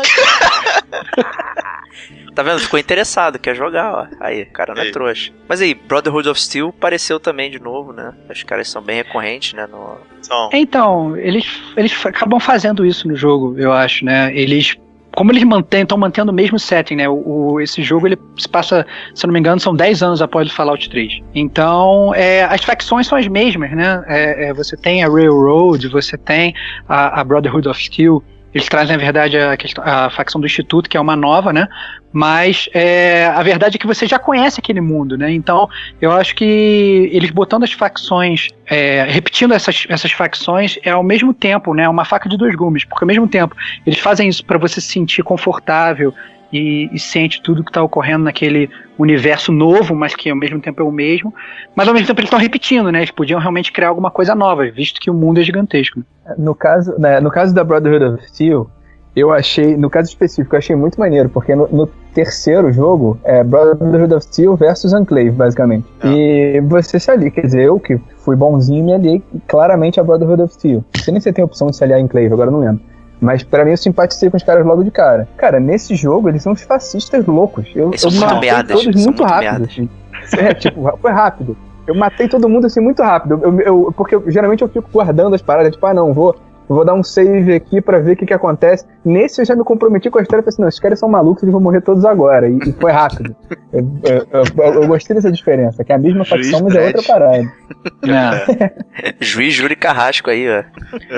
C: Tá vendo? Ficou interessado, quer jogar, ó. Aí, o cara não é trouxa. Mas aí, Brotherhood of Steel apareceu também de novo, né? Os caras são bem recorrentes, né?
H: Então, eles acabam fazendo isso no jogo, eu acho, né? Como eles estão mantendo o mesmo setting, né? Esse jogo ele se passa, se eu não me engano, são 10 anos após o Fallout 3. Então, as facções são as mesmas, né? Você tem a Railroad, você tem a Brotherhood of Steel. Eles trazem, na verdade, a facção do Instituto, que é uma nova, né? Mas a verdade é que você já conhece aquele mundo, né? Então, eu acho que eles botando as facções, repetindo essas facções, ao mesmo tempo, né? Uma faca de 2 gumes, porque ao mesmo tempo eles fazem isso para você se sentir confortável e sente tudo que está ocorrendo naquele universo novo, mas que ao mesmo tempo é o mesmo, mas ao mesmo tempo eles estão repetindo, né? Eles podiam realmente criar alguma coisa nova, visto que o mundo é gigantesco.
E: No caso da Brotherhood of Steel, eu achei, no caso específico, eu achei muito maneiro, porque no terceiro jogo é Brotherhood of Steel versus Enclave, basicamente. E você se alia, quer dizer, eu que fui bonzinho me aliei claramente a Brotherhood of Steel. Não sei nem se você tem a opção de se aliar a Enclave, agora eu não lembro. Mas pra mim eu simpatizei com os caras logo de cara. Cara, nesse jogo eles são os fascistas loucos. Eu matei todos muito rápido. Assim. Foi rápido. Eu matei todo mundo assim muito rápido. Porque geralmente eu fico guardando as paradas, tipo, não, vou dar um save aqui pra ver o que acontece. Nesse eu já me comprometi com a história e falei assim, não, esses caras são malucos, eles vão morrer todos agora. E foi rápido. Eu gostei dessa diferença, que é a mesma facção, mas é outra parada.
C: Juiz, júri e carrasco aí, ó.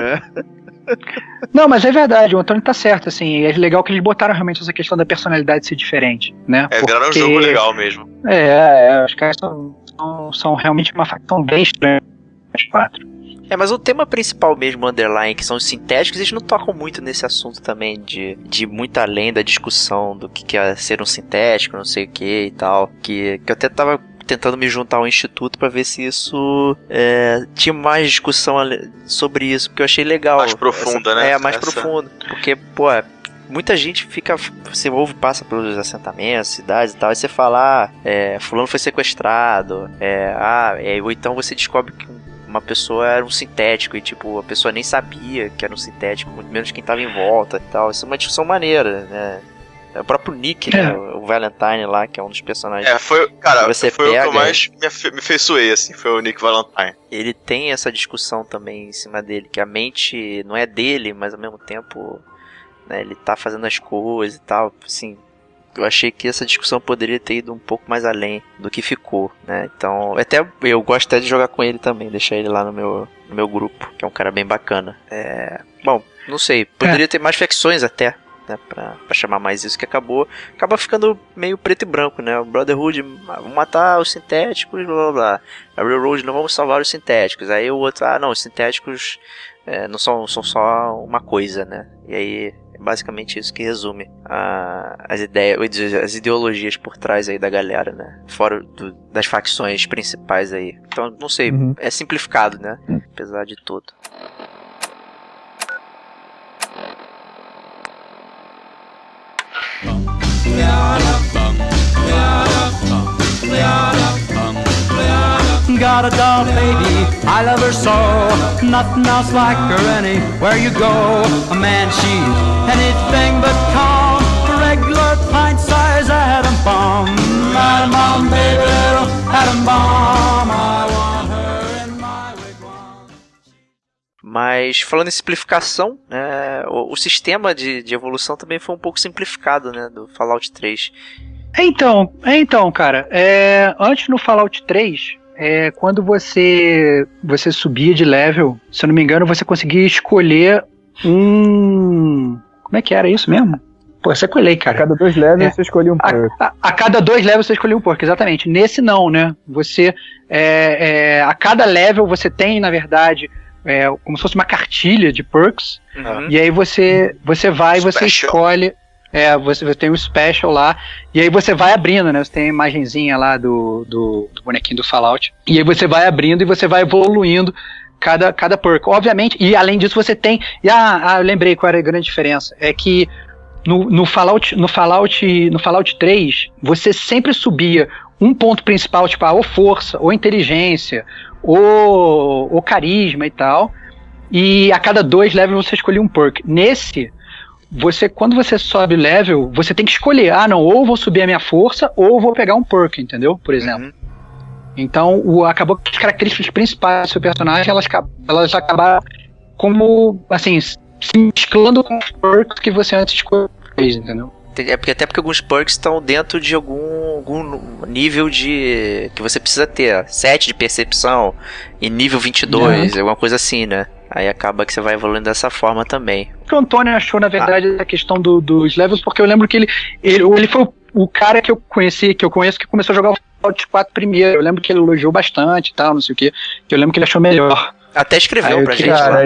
H: Não, mas é verdade, o Antônio tá certo, assim, é legal que eles botaram realmente essa questão da personalidade ser diferente, né?
F: Viraram um jogo legal mesmo.
H: Os caras são realmente uma facção bem estranha, as 4.
C: Mas o tema principal mesmo, underline, que são os sintéticos, eles não tocam muito nesse assunto também de muito além da discussão do que é ser um sintético, não sei o que e tal, que eu até tava tentando me juntar ao instituto pra ver se isso tinha mais discussão sobre isso, porque eu achei legal.
F: Mais profunda, né?
C: Mais profunda, porque, muita gente você passa pelos assentamentos, cidades e tal, e você fala, fulano foi sequestrado, ou então você descobre que uma pessoa era um sintético e, tipo, a pessoa nem sabia que era um sintético, muito menos quem tava em volta e tal. Isso é uma discussão maneira, né? É o próprio Nick, né? O Valentine lá, que é um dos personagens.
F: Foi o que eu mais me feiçoei, assim, foi o Nick Valentine.
C: Ele tem essa discussão também em cima dele, que a mente não é dele, mas ao mesmo tempo, né, ele tá fazendo as coisas e tal, assim. Eu achei que essa discussão poderia ter ido um pouco mais além do que ficou, né? Então, eu gosto até de jogar com ele também, deixar ele lá no meu grupo, que é um cara bem bacana. Bom, não sei, poderia ter mais facções até, né, pra chamar mais isso, que acaba ficando meio preto e branco, né? O Brotherhood, vamos matar os sintéticos, blá blá blá. A Railroad, não vamos salvar os sintéticos. Aí o outro, não, os sintéticos não são só uma coisa, né? E aí é basicamente isso que resume as ideias, as ideologias por trás aí da galera, né? Fora das facções principais aí. Então, não sei, é simplificado, né? Apesar de tudo.
I: Got a doll baby, I love her so. Nothing else like her anywhere you go. A man, she's anything but calm. A regular pint-sized atom bomb. Atom bomb, baby, little atom bomb. I want her in my wigwam.
C: Mas falando em simplificação, o sistema de evolução também foi um pouco simplificado, né, do Fallout 3.
H: Então, cara, antes no Fallout 3, quando você subia de level, se eu não me engano, você conseguia escolher como é que era isso mesmo? Pô, você colhei, cara.
E: A cada 2 levels você escolhia um perk.
H: A cada 2 levels você escolhia um perk, exatamente. Nesse não, né? Você, a cada level você tem, na verdade, como se fosse uma cartilha de perks. E aí você vai e você escolhe. Você tem um special lá, e aí você vai abrindo, né? Você tem a imagenzinha lá do bonequinho do Fallout, e aí você vai abrindo e você vai evoluindo cada perk. Obviamente, e além disso você tem. Eu lembrei qual era a grande diferença. É que no Fallout 3, você sempre subia um ponto principal, tipo, ou força, ou inteligência, ou carisma e tal. E a cada 2 levels você escolhia um perk. Nesse, quando você sobe level, você tem que escolher, ou vou subir a minha força, ou vou pegar um perk, entendeu? Por exemplo. Então, acabou que as características principais do seu personagem, elas acabaram como, assim, se mesclando com os perks que você antes escolheu, entendeu?
C: Até porque alguns perks estão dentro de algum nível de que você precisa ter. 7 de percepção e nível 22, alguma coisa assim, né? Aí acaba que você vai evoluindo dessa forma também.
H: O que o Antônio achou, na verdade, a questão dos levels, porque eu lembro que ele foi o cara que eu conheço, que começou a jogar o Fallout 4 primeiro. Eu lembro que ele elogiou bastante e tal, não sei o que. Eu lembro que ele achou melhor.
C: Até escreveu pra gente.
E: Cara,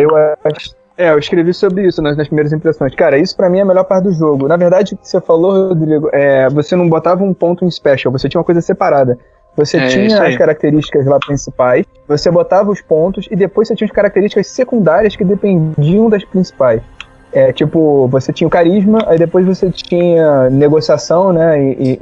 E: eu escrevi sobre isso nas primeiras impressões. Cara, isso pra mim é a melhor parte do jogo. Na verdade, o que você falou, Rodrigo, você não botava um ponto em special, você tinha uma coisa separada. Você tinha as características lá principais, você botava os pontos e depois você tinha as características secundárias que dependiam das principais. Tipo, você tinha o carisma, aí depois você tinha negociação, né,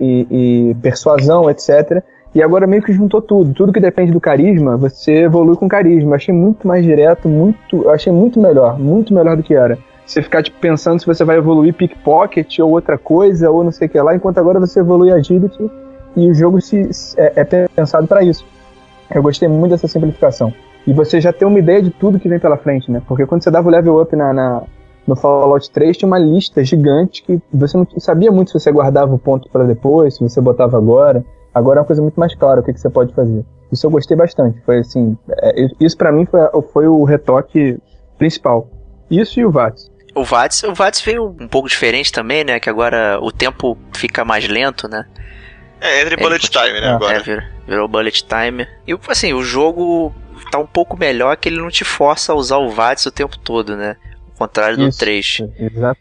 E: e persuasão, etc. E agora meio que juntou tudo. Tudo que depende do carisma, você evolui com carisma. Achei muito mais direto, achei muito melhor do que era. Você ficar tipo, pensando se você vai evoluir pickpocket ou outra coisa, ou não sei o que lá, enquanto agora você evolui agility. E o jogo é pensado para isso. Eu gostei muito dessa simplificação. E você já tem uma ideia de tudo que vem pela frente, né? Porque quando você dava o level up no Fallout 3, tinha uma lista gigante que você não sabia muito se você guardava o ponto para depois, se você botava agora. Agora é uma coisa muito mais clara o que você pode fazer. Isso eu gostei bastante. Foi assim, isso pra mim foi o retoque principal. Isso e o VATS.
C: O VATS veio um pouco diferente também, né? Que agora o tempo fica mais lento, né?
F: Entre bullet time, né, agora.
C: Virou bullet time. E, assim, o jogo tá um pouco melhor que ele não te força a usar o VATS o tempo todo, né? Ao contrário do 3.
E: Exato.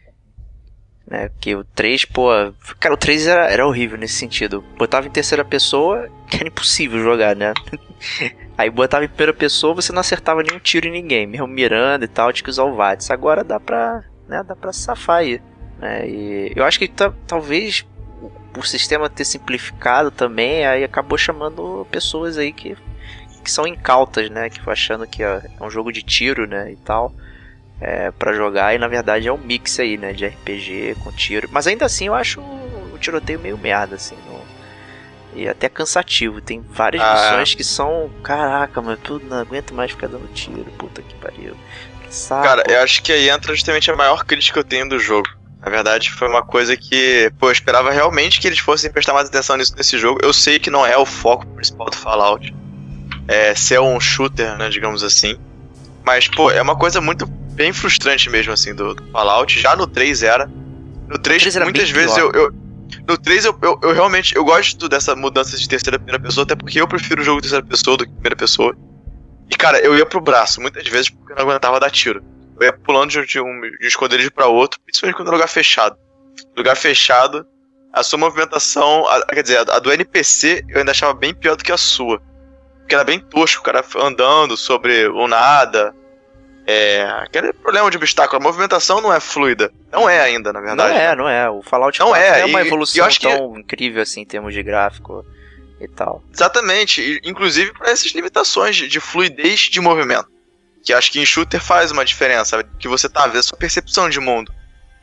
C: Porque o 3, cara, o 3 era horrível nesse sentido. Botava em terceira pessoa, que era impossível jogar, né? Aí botava em primeira pessoa, você não acertava nenhum tiro em ninguém, mesmo mirando e tal, tinha que usar o VATS. Agora dá pra safar aí, né? E eu acho que talvez o sistema ter simplificado também, aí acabou chamando pessoas aí que que são incautas, né? Que foi achando que é um jogo de tiro, né? E tal. Pra jogar, e na verdade é um mix aí, né? De RPG com tiro. Mas ainda assim eu acho o tiroteio meio merda, assim. E até cansativo. Tem várias missões que são... Caraca, mas eu não aguento mais ficar dando tiro. Puta que pariu. Que saco.
F: Cara, eu acho que aí entra justamente a maior crítica que eu tenho do jogo. Na verdade, foi uma coisa que... Pô, eu esperava realmente que eles fossem prestar mais atenção nisso nesse jogo. Eu sei que não é o foco principal do Fallout. Ser um shooter, né, digamos assim. Mas, pô, é uma coisa muito... bem frustrante mesmo, assim, do Fallout. Já no 3 era. No 3 muitas vezes no 3 eu realmente eu gosto dessa mudança de terceira primeira pessoa, até porque eu prefiro o jogo de terceira pessoa do que primeira pessoa. E cara, eu ia pro braço muitas vezes porque eu não aguentava dar tiro. Eu ia pulando de um esconderijo pra outro, principalmente quando é lugar fechado. Lugar fechado, a sua movimentação, quer dizer, a do NPC eu ainda achava bem pior do que a sua. Porque era bem tosco, o cara andando sobre o nada. Aquele problema de obstáculo, a movimentação não é fluida. Não é ainda, na verdade.
C: Não é. O Fallout
F: não
C: 4
F: é
C: uma evolução tão
F: que...
C: incrível assim em termos de gráfico e tal.
F: Exatamente, inclusive para essas limitações de fluidez de movimento. Que acho que em shooter faz uma diferença, que você tá vendo a sua percepção de mundo.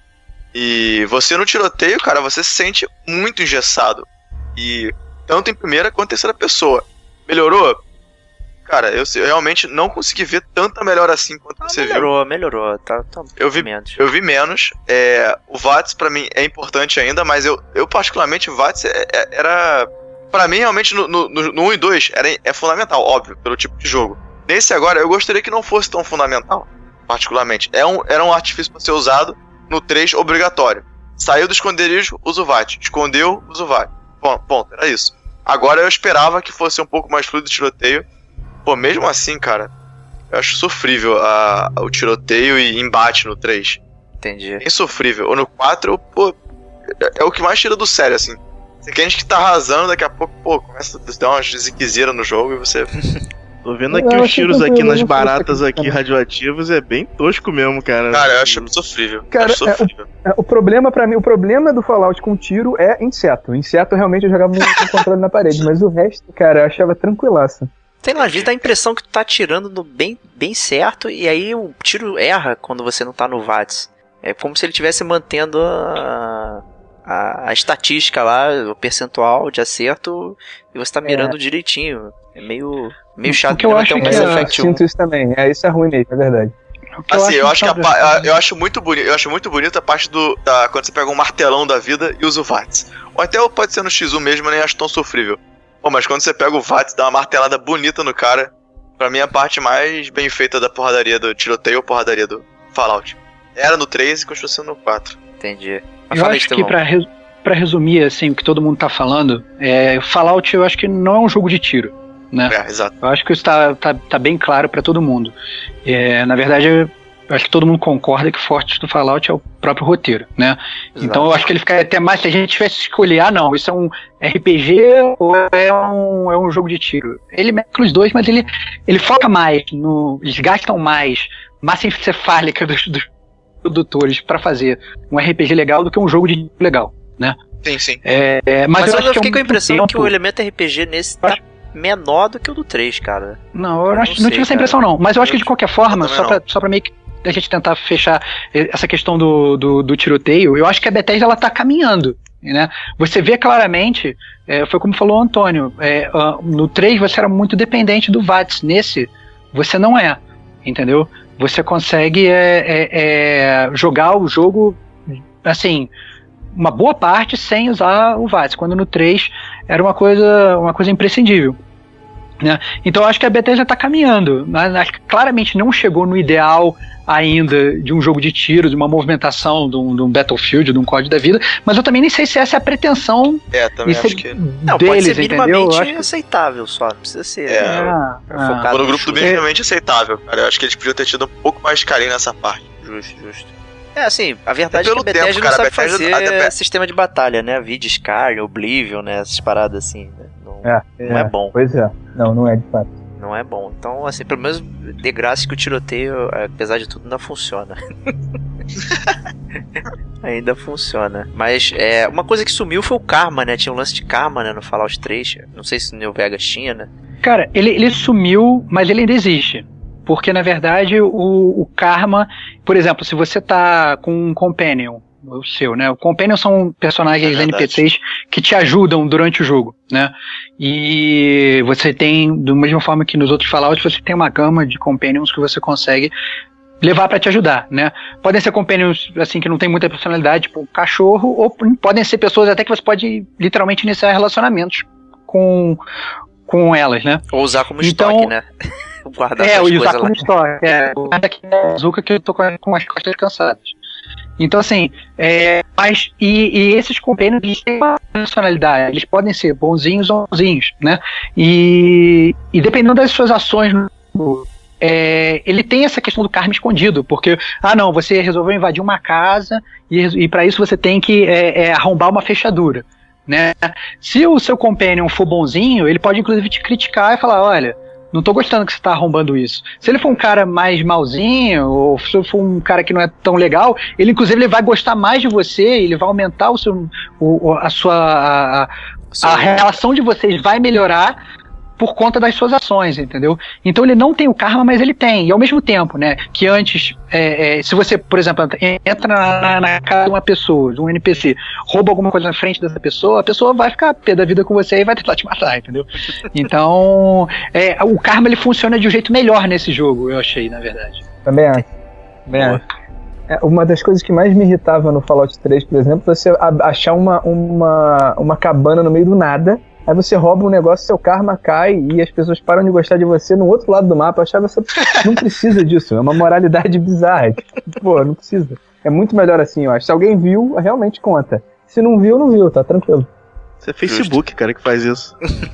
F: E você no tiroteio, cara, você se sente muito engessado. E tanto em primeira quanto em terceira pessoa. Melhorou? Cara, eu realmente não consegui ver tanta melhora assim quanto você viu.
C: Melhorou. Tá
F: eu vi menos. O VATS pra mim é importante ainda, mas eu particularmente, o VATS era... Pra mim, realmente, no 1 e 2 é fundamental, óbvio, pelo tipo de jogo. Nesse agora, eu gostaria que não fosse tão fundamental, particularmente. Era um artifício pra ser usado, no 3, obrigatório. Saiu do esconderijo, usa o VATS. Escondeu, usa o VATS. Ponto, era isso. Agora eu esperava que fosse um pouco mais fluido o tiroteio. Pô, mesmo assim, cara, eu acho sofrível o tiroteio e embate no 3.
C: Entendi.
F: É insofrível. Ou no 4, pô, é o que mais tira do sério, assim. Você quer gente que tá arrasando, daqui a pouco, pô, começa a dar umas ziquezeiras no jogo e você...
D: Tô vendo aqui os tiros aqui nas baratas aqui radioativas, é bem tosco mesmo, cara.
F: Cara, eu acho sofrível.
E: Cara, o problema pra mim, o problema do Fallout com tiro é inseto. Inseto realmente eu jogava com o controle na parede, mas o resto, cara, eu achava tranquilaço.
C: Sei lá, às vezes dá a impressão que tu tá atirando no bem certo e aí o tiro erra quando você não tá no VATS. É como se ele estivesse mantendo a estatística lá, o percentual de acerto, e você tá mirando direitinho. É meio chato.
E: Porque eu acho que eu sinto isso também. Isso é ruim mesmo, é verdade.
F: Assim, eu acho muito bonito a parte quando você pega um martelão da vida e usa o VATS. Ou até pode ser no X1 mesmo, eu nem acho tão sofrível. Pô, mas quando você pega o VATS e dá uma martelada bonita no cara, pra mim é a parte mais bem feita da porradaria do tiroteio ou porradaria do Fallout. Era no 3 e continua sendo no 4.
C: Entendi.
H: Mas eu acho que pra resumir, assim, o que todo mundo tá falando, Fallout eu acho que não é um jogo de tiro, né?
F: Exato.
H: Eu acho que isso tá bem claro pra todo mundo. Na verdade, eu acho que todo mundo concorda que o forte do Fallout é o próprio roteiro, né? Exato. Então eu acho que ele fica até mais, se a gente tivesse que escolher, não, isso é um RPG ou é um jogo de tiro. Ele mescla os dois, mas ele foca mais, eles gastam mais massa encefálica dos produtores pra fazer um RPG legal do que um jogo de tiro legal, né?
F: Sim.
C: Mas eu fiquei com a impressão que o elemento RPG nesse tá menor do que o do 3, cara.
H: Não, eu não tive essa impressão não, mas eu acho que de qualquer forma, só pra meio que a gente tentar fechar essa questão do tiroteio, eu acho que a Bethesda ela tá caminhando, né? Você vê claramente, foi como falou o Antônio, no 3 você era muito dependente do VATS, nesse você não é, entendeu? Você consegue jogar o jogo, assim, uma boa parte sem usar o VATS, quando no 3 era uma coisa imprescindível. Né? Então eu acho que a Bethesda está caminhando, acho que claramente não chegou no ideal ainda de um jogo de tiro, de uma movimentação, de um Battlefield, de um Código da Vida, mas eu também nem sei se essa é a pretensão
F: também acho que
C: não, deles, pode ser minimamente aceitável só, não precisa ser
F: focado no grupo do minimamente aceitável, cara. Eu acho que eles podiam ter tido um pouco mais de carinho nessa parte.
C: Justo. Assim, a verdade é que a Bethesda não sabe fazer sistema de batalha, né? Vídeo Scar, Oblivion, né? Essas paradas assim, né? Não é bom.
E: Pois é, não é de fato.
C: Não é bom. Então, assim, pelo menos de graça que o tiroteio, apesar de tudo, ainda funciona. Ainda funciona. Mas uma coisa que sumiu foi o Karma, né? Tinha um lance de Karma, né, no Fallout 3. Não sei se no New Vegas tinha, né?
H: Cara, ele sumiu, mas ele ainda existe. Porque, na verdade, o karma... Por exemplo, se você tá com um companion, o seu, né? O companion são personagens NPCs que te ajudam durante o jogo, né? E você tem, da mesma forma que nos outros Fallout, você tem uma gama de companions que você consegue levar pra te ajudar, né? Podem ser companions, assim, que não tem muita personalidade, tipo um cachorro, ou podem ser pessoas até que você pode, literalmente, iniciar relacionamentos com elas, né?
C: Ou usar como estoque, né?
H: Guardar usar como estoque. Guarda aqui na Zuka que eu tô com as costas cansadas. Então, assim, mas e esses companions, eles têm uma personalidade, eles podem ser bonzinhos ou bonzinhos, né? E dependendo das suas ações, ele tem essa questão do karma escondido, porque, não, você resolveu invadir uma casa e para isso você tem que arrombar uma fechadura, né? Se o seu companion for bonzinho, ele pode inclusive te criticar e falar, olha, não tô gostando que você tá arrombando isso. Se ele for um cara mais malzinho, ou se for um cara que não é tão legal, ele inclusive ele vai gostar mais de você, ele vai aumentar a relação de vocês vai melhorar por conta das suas ações, entendeu? Então ele não tem o karma, mas ele tem. E ao mesmo tempo, né, que antes, se você, por exemplo, entra na casa de uma pessoa, de um NPC, rouba alguma coisa na frente dessa pessoa, a pessoa vai ficar pé da vida com você e vai tentar te matar, entendeu? Então, o karma ele funciona de um jeito melhor nesse jogo, eu achei, na verdade.
E: Também acho. Uma das coisas que mais me irritava no Fallout 3, por exemplo, você achar uma cabana no meio do nada. Aí você rouba um negócio, seu karma cai e as pessoas param de gostar de você no outro lado do mapa. Eu achava que você não precisa disso, é uma moralidade bizarra. Pô, não precisa. É muito melhor assim, eu acho. Se alguém viu, realmente conta. Se não viu, não viu, tá tranquilo.
D: Isso é Facebook, cara, que faz isso.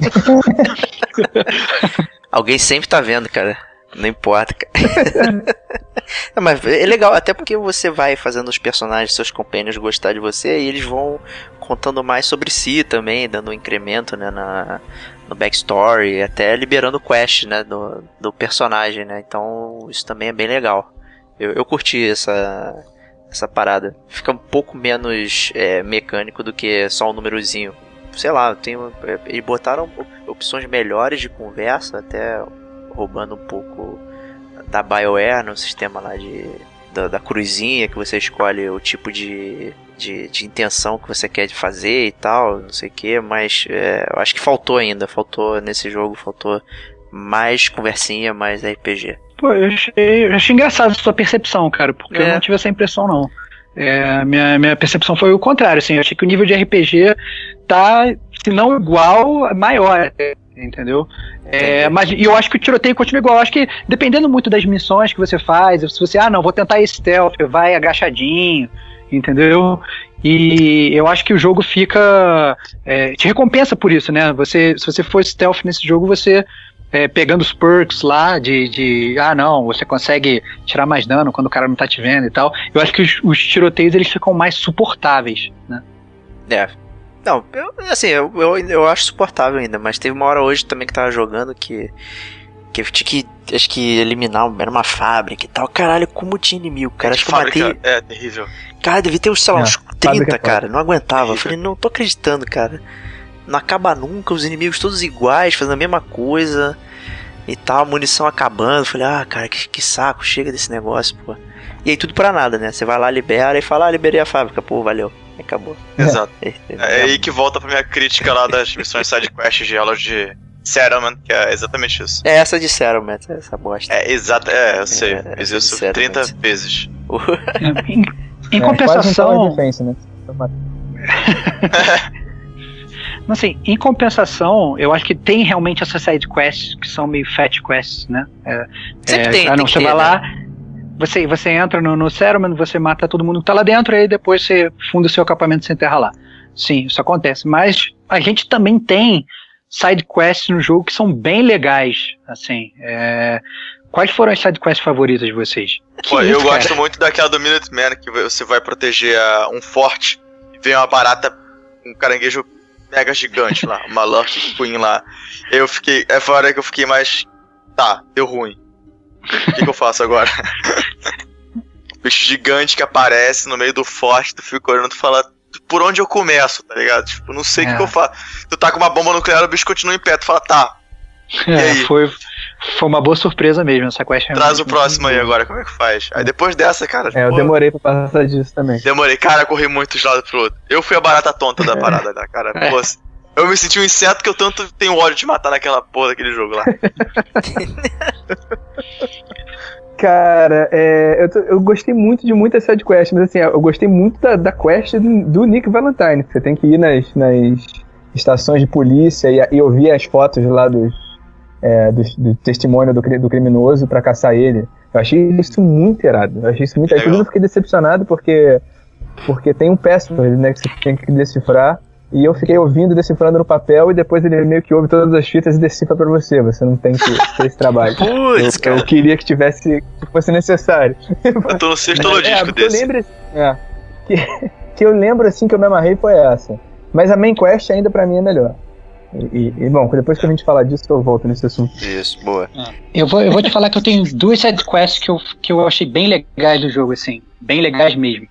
C: Alguém sempre tá vendo, cara. Não importa, cara. Não, mas é legal, até porque você vai fazendo os personagens, seus companheiros gostar de você e eles vão contando mais sobre si também, dando um incremento, né, no backstory, até liberando quest, né, do personagem, né, então isso também é bem legal. Eu curti essa parada. Fica um pouco menos mecânico do que só um númerozinho. Sei lá, eles botaram opções melhores de conversa, até roubando um pouco da BioWare no sistema lá da cruzinha, que você escolhe o tipo de intenção que você quer fazer e tal, não sei o que, mas eu acho que faltou nesse jogo, faltou mais conversinha, mais RPG.
H: Pô, eu achei engraçado a sua percepção, cara, porque eu não tive essa impressão, não. Minha percepção foi o contrário, assim, eu achei que o nível de RPG tá, se não igual, maior, entendeu? Mas eu acho que o tiroteio continua igual. Eu acho que dependendo muito das missões que você faz, se você, vou tentar esse stealth, vai agachadinho, entendeu? E eu acho que o jogo fica te recompensa por isso, né? Se você for stealth nesse jogo, você pegando os perks lá você consegue tirar mais dano quando o cara não tá te vendo e tal. Eu acho que os tiroteios eles ficam mais suportáveis, né?
C: Não, eu acho suportável ainda, mas teve uma hora hoje também que tava jogando que eu tinha que, acho que eliminar, era uma fábrica e tal. Caralho, como tinha inimigo, cara. Acho que eu matei.
F: É terrível.
C: Cara, devia ter uns 30, cara. Não aguentava. Eu falei, não tô acreditando, cara. Não acaba nunca, os inimigos todos iguais, fazendo a mesma coisa e tal, a munição acabando. Eu falei, cara, que saco, chega desse negócio, pô. E aí tudo pra nada, né? Você vai lá, libera e fala, liberei a fábrica, pô, valeu. Acabou.
F: Exato. É aí que volta pra minha crítica lá das missões sidequest de aulas de Settlement, que é exatamente isso.
C: É essa de Settlement, essa bosta.
F: Exato, eu sei. Fiz isso 30 vezes.
H: Em compensação...
E: Defense, né?
H: Assim, em compensação, eu acho que tem realmente essas side quests que são meio fat quests, né?
C: Sempre tem,
H: você vai lá, você entra no Settlement, você mata todo mundo que tá lá dentro, e aí depois você funda o seu acampamento e se enterra lá. Sim, isso acontece. Mas a gente também tem side quests no jogo que são bem legais, assim. Quais foram as side quests favoritas de vocês?
F: Pô, eu gosto muito daquela do Minuteman, que você vai proteger um forte e vem uma barata, um caranguejo mega gigante lá, uma Lurk Queen lá. Foi a hora que eu fiquei mais... deu ruim. O que eu faço agora? Bicho gigante que aparece no meio do forte, tu fica olhando e fala, por onde eu começo, tá ligado? Tipo, não sei o que eu faço. Tu tá com uma bomba nuclear, o bicho continua em pé, tu fala,
H: Foi uma boa surpresa mesmo essa quest.
F: Traz o próximo aí agora, como é que faz? Aí depois dessa, cara...
E: eu demorei pra passar disso também.
F: Demorei, cara, corri muito de lado pro outro. Eu fui a barata tonta da parada, né, cara? Pô, eu me senti um inseto que eu tanto tenho ódio de matar naquela porra daquele jogo lá.
E: Cara, eu gostei muito de muitas sidequests, mas assim, eu gostei muito da quest do Nick Valentine. Você tem que ir nas estações de polícia e ouvir as fotos lá do testemunho do criminoso pra caçar ele. Eu achei isso muito irado. Inclusive eu fiquei decepcionado porque tem um password, né, que você tem que decifrar. E eu fiquei decifrando no papel, e depois ele meio que ouve todas as fitas e decifra pra você. Você não tem que ter esse trabalho.
C: Putz, cara.
E: Eu queria que fosse necessário.
F: Eu tô no sexto logístico desse.
E: Que eu lembro assim que eu me amarrei foi essa. Mas a main quest ainda pra mim é melhor. E bom, depois que a gente falar disso, eu volto nesse assunto.
F: Isso, boa.
H: Eu vou te falar que eu tenho 2 sidequests que eu achei bem legais do jogo, assim. Bem legais mesmo.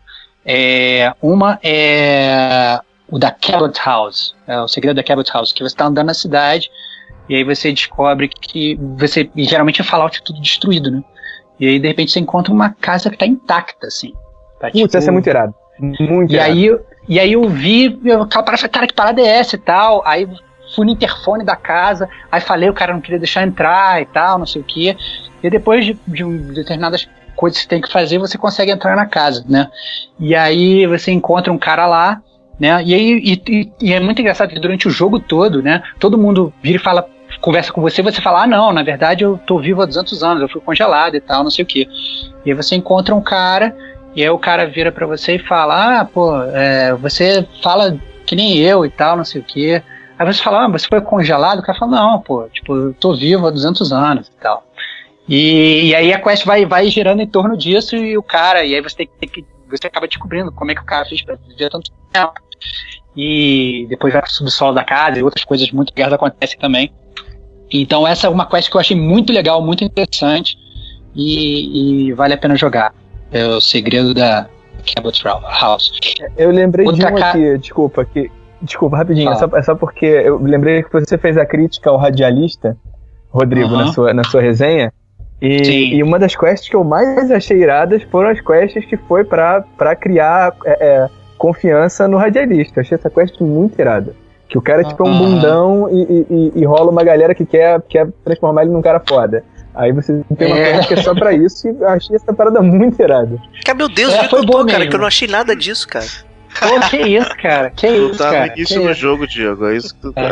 H: Uma é o da Cabot House, o segredo da Cabot House, que você tá andando na cidade e aí você descobre que e geralmente é Fallout tudo destruído, né? E aí de repente você encontra uma casa que tá intacta, assim. Tá,
E: Putz, essa é muito irado. Muito
H: irado. E aí eu vi, cara, que parada é essa e tal, aí fui no interfone da casa, aí falei, o cara não queria deixar entrar e tal, não sei o quê, e depois de determinadas coisas que você tem que fazer, você consegue entrar na casa, né? E aí você encontra um cara lá, né? E aí é muito engraçado que durante o jogo todo, né, todo mundo vira e conversa com você fala, não, na verdade eu tô vivo há 200 anos, eu fui congelado e tal, não sei o quê. E aí você encontra um cara, e aí o cara vira pra você e fala, você fala que nem eu e tal, não sei o quê. Aí você fala, você foi congelado? O cara fala, não, eu tô vivo há 200 anos e tal. E aí a quest vai girando em torno disso, e aí você acaba descobrindo como é que o cara fez pra viver tanto tempo. E depois vai pro subsolo da casa e outras coisas muito legais acontecem também. Então essa é uma quest que eu achei muito legal, muito interessante, e vale a pena jogar. É o segredo da Cabot House.
E: Eu lembrei de uma aqui, desculpa, rapidinho, é só porque eu lembrei que você fez a crítica ao radialista, Rodrigo, na sua resenha. E uma das quests que eu mais achei iradas foram as quests que foi pra criar confiança no radialista. Eu achei essa quest muito irada. Que o cara é um bundão e rola uma galera que quer transformar ele num cara foda. Aí você tem uma quest que é só pra isso, e eu achei essa parada muito irada.
C: Cara, meu Deus,
H: foi bom,
C: cara, que eu não achei nada disso, cara.
H: Pô, que isso, cara? Que isso, cara?
D: Tu tá no início do jogo, Diego, é isso que tu tá...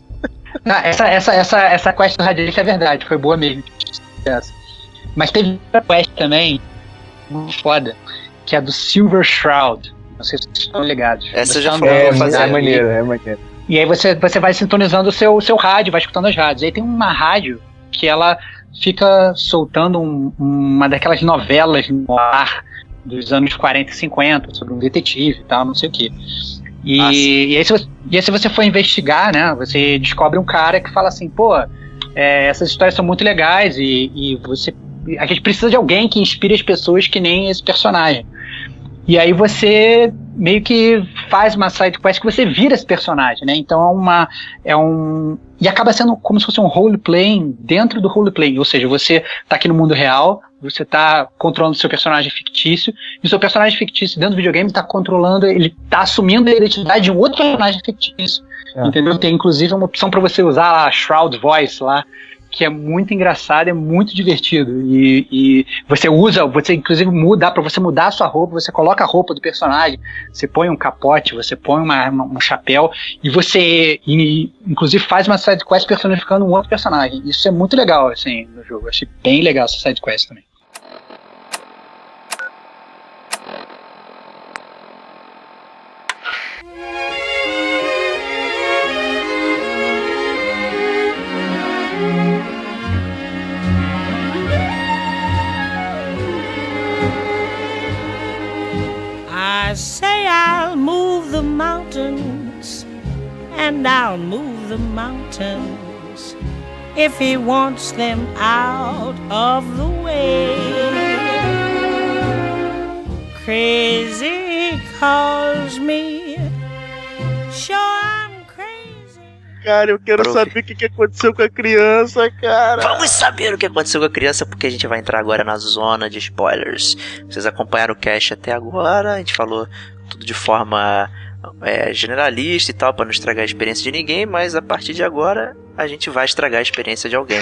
H: Essa quest do radialista é verdade, foi boa mesmo. Mas teve outra quest também, muito foda, que é a do Silver Shroud. Não sei se vocês estão ligados.
C: Essa já foi
E: é maneiro.
H: E aí você vai sintonizando o seu rádio, vai escutando as rádios. Aí tem uma rádio que ela fica soltando uma daquelas novelas no ar dos anos 40 e 50, sobre um detetive e tal, não sei o quê. E aí se você for investigar, né, você descobre um cara que fala assim, essas histórias são muito legais e a gente precisa de alguém que inspire as pessoas que nem esse personagem. E aí você meio que faz uma side quest que você vira esse personagem, né? Então e acaba sendo como se fosse um roleplay dentro do roleplay, ou seja, você tá aqui no mundo real, você tá controlando o seu personagem fictício, e o seu personagem fictício dentro do videogame tá ele tá assumindo a identidade de um outro personagem fictício, entendeu? Tem inclusive uma opção para você usar lá a Shroud Voice lá, que é muito engraçado, é muito divertido, e você inclusive dá pra você mudar a sua roupa, você coloca a roupa do personagem, você põe um capote, você põe um chapéu, e você inclusive faz uma sidequest personificando um outro personagem. Isso é muito legal, assim, no jogo. Eu achei bem legal essa sidequest também.
K: I say I'll move the mountains, and I'll move the mountains if he wants them out of the way. Crazy calls me, sure I'm crazy.
D: cara, eu quero saber o que aconteceu com a criança, cara.
C: Vamos saber o que aconteceu com a criança, porque a gente vai entrar agora na zona de spoilers. Vocês acompanharam o cast até agora, a gente falou tudo de forma generalista e tal, pra não estragar a experiência de ninguém, mas a partir de agora a gente vai estragar a experiência de alguém.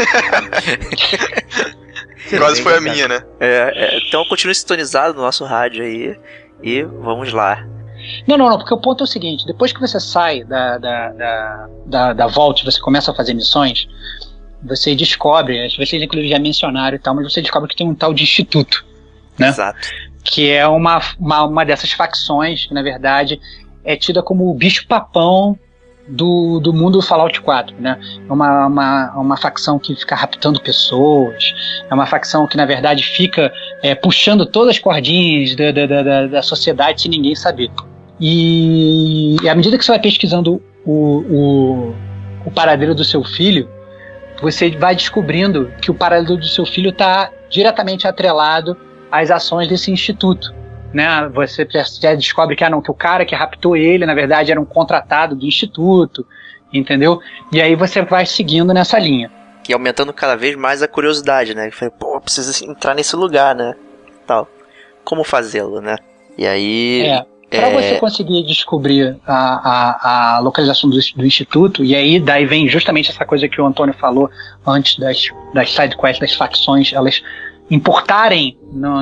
F: Quase foi a minha, né?
C: Então continue sintonizado no nosso rádio aí e vamos lá.
H: Não, porque o ponto é o seguinte: depois que você sai da Vault, você começa a fazer missões, você descobre, vocês inclusive já mencionaram e tal, mas você descobre que tem um tal de instituto, né?
C: Exato.
H: Que é uma dessas facções que, na verdade, é tida como o bicho-papão do mundo Fallout 4, né? É uma facção que fica raptando pessoas, é uma facção que, na verdade, fica puxando todas as cordinhas da sociedade sem ninguém saber. E à medida que você vai pesquisando o paradeiro do seu filho, você vai descobrindo que o paradeiro do seu filho está diretamente atrelado às ações desse instituto, né? Você já descobre que o cara que raptou ele, na verdade, era um contratado do instituto, entendeu? E aí você vai seguindo nessa linha.
C: E aumentando cada vez mais a curiosidade, né? Falei, precisa entrar nesse lugar, né? Tal. Como fazê-lo, né? E aí...
H: Para você conseguir descobrir a localização do instituto, e aí daí vem justamente essa coisa que o Antônio falou antes das sidequests, das facções, elas importarem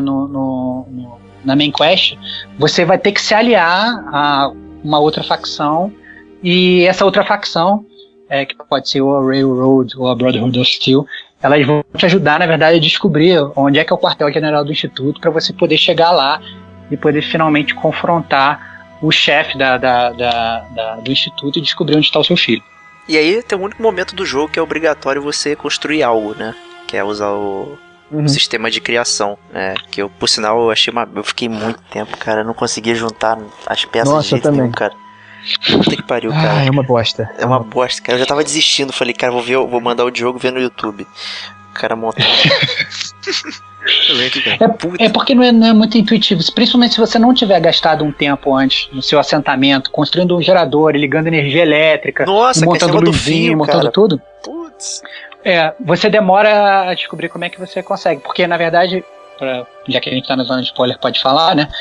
H: na main quest, você vai ter que se aliar a uma outra facção, e essa outra facção, que pode ser ou a Railroad ou a Brotherhood of Steel, elas vão te ajudar, na verdade, a descobrir onde é que é o quartel-general do Instituto, para você poder chegar lá e poder finalmente confrontar o chefe do Instituto e descobrir onde está o seu filho.
C: E aí tem um único momento do jogo que é obrigatório você construir algo, né? Que é usar o sistema de criação, né? Que eu, por sinal, eu fiquei muito tempo, cara, não conseguia juntar as peças de jeito nenhum, cara. Puta que pariu, cara.
E: É uma bosta.
C: É uma bosta, cara. Eu já tava desistindo, falei, cara, vou mandar o Diogo ver no YouTube. O cara montando.
H: É porque não é muito intuitivo, principalmente se você não tiver gastado um tempo antes no seu assentamento, construindo um gerador, ligando energia elétrica, montando luzinha, montando tudo.
C: Putz.
H: Você demora a descobrir como é que você consegue, porque na verdade, já que a gente tá na zona de spoiler, pode falar, né?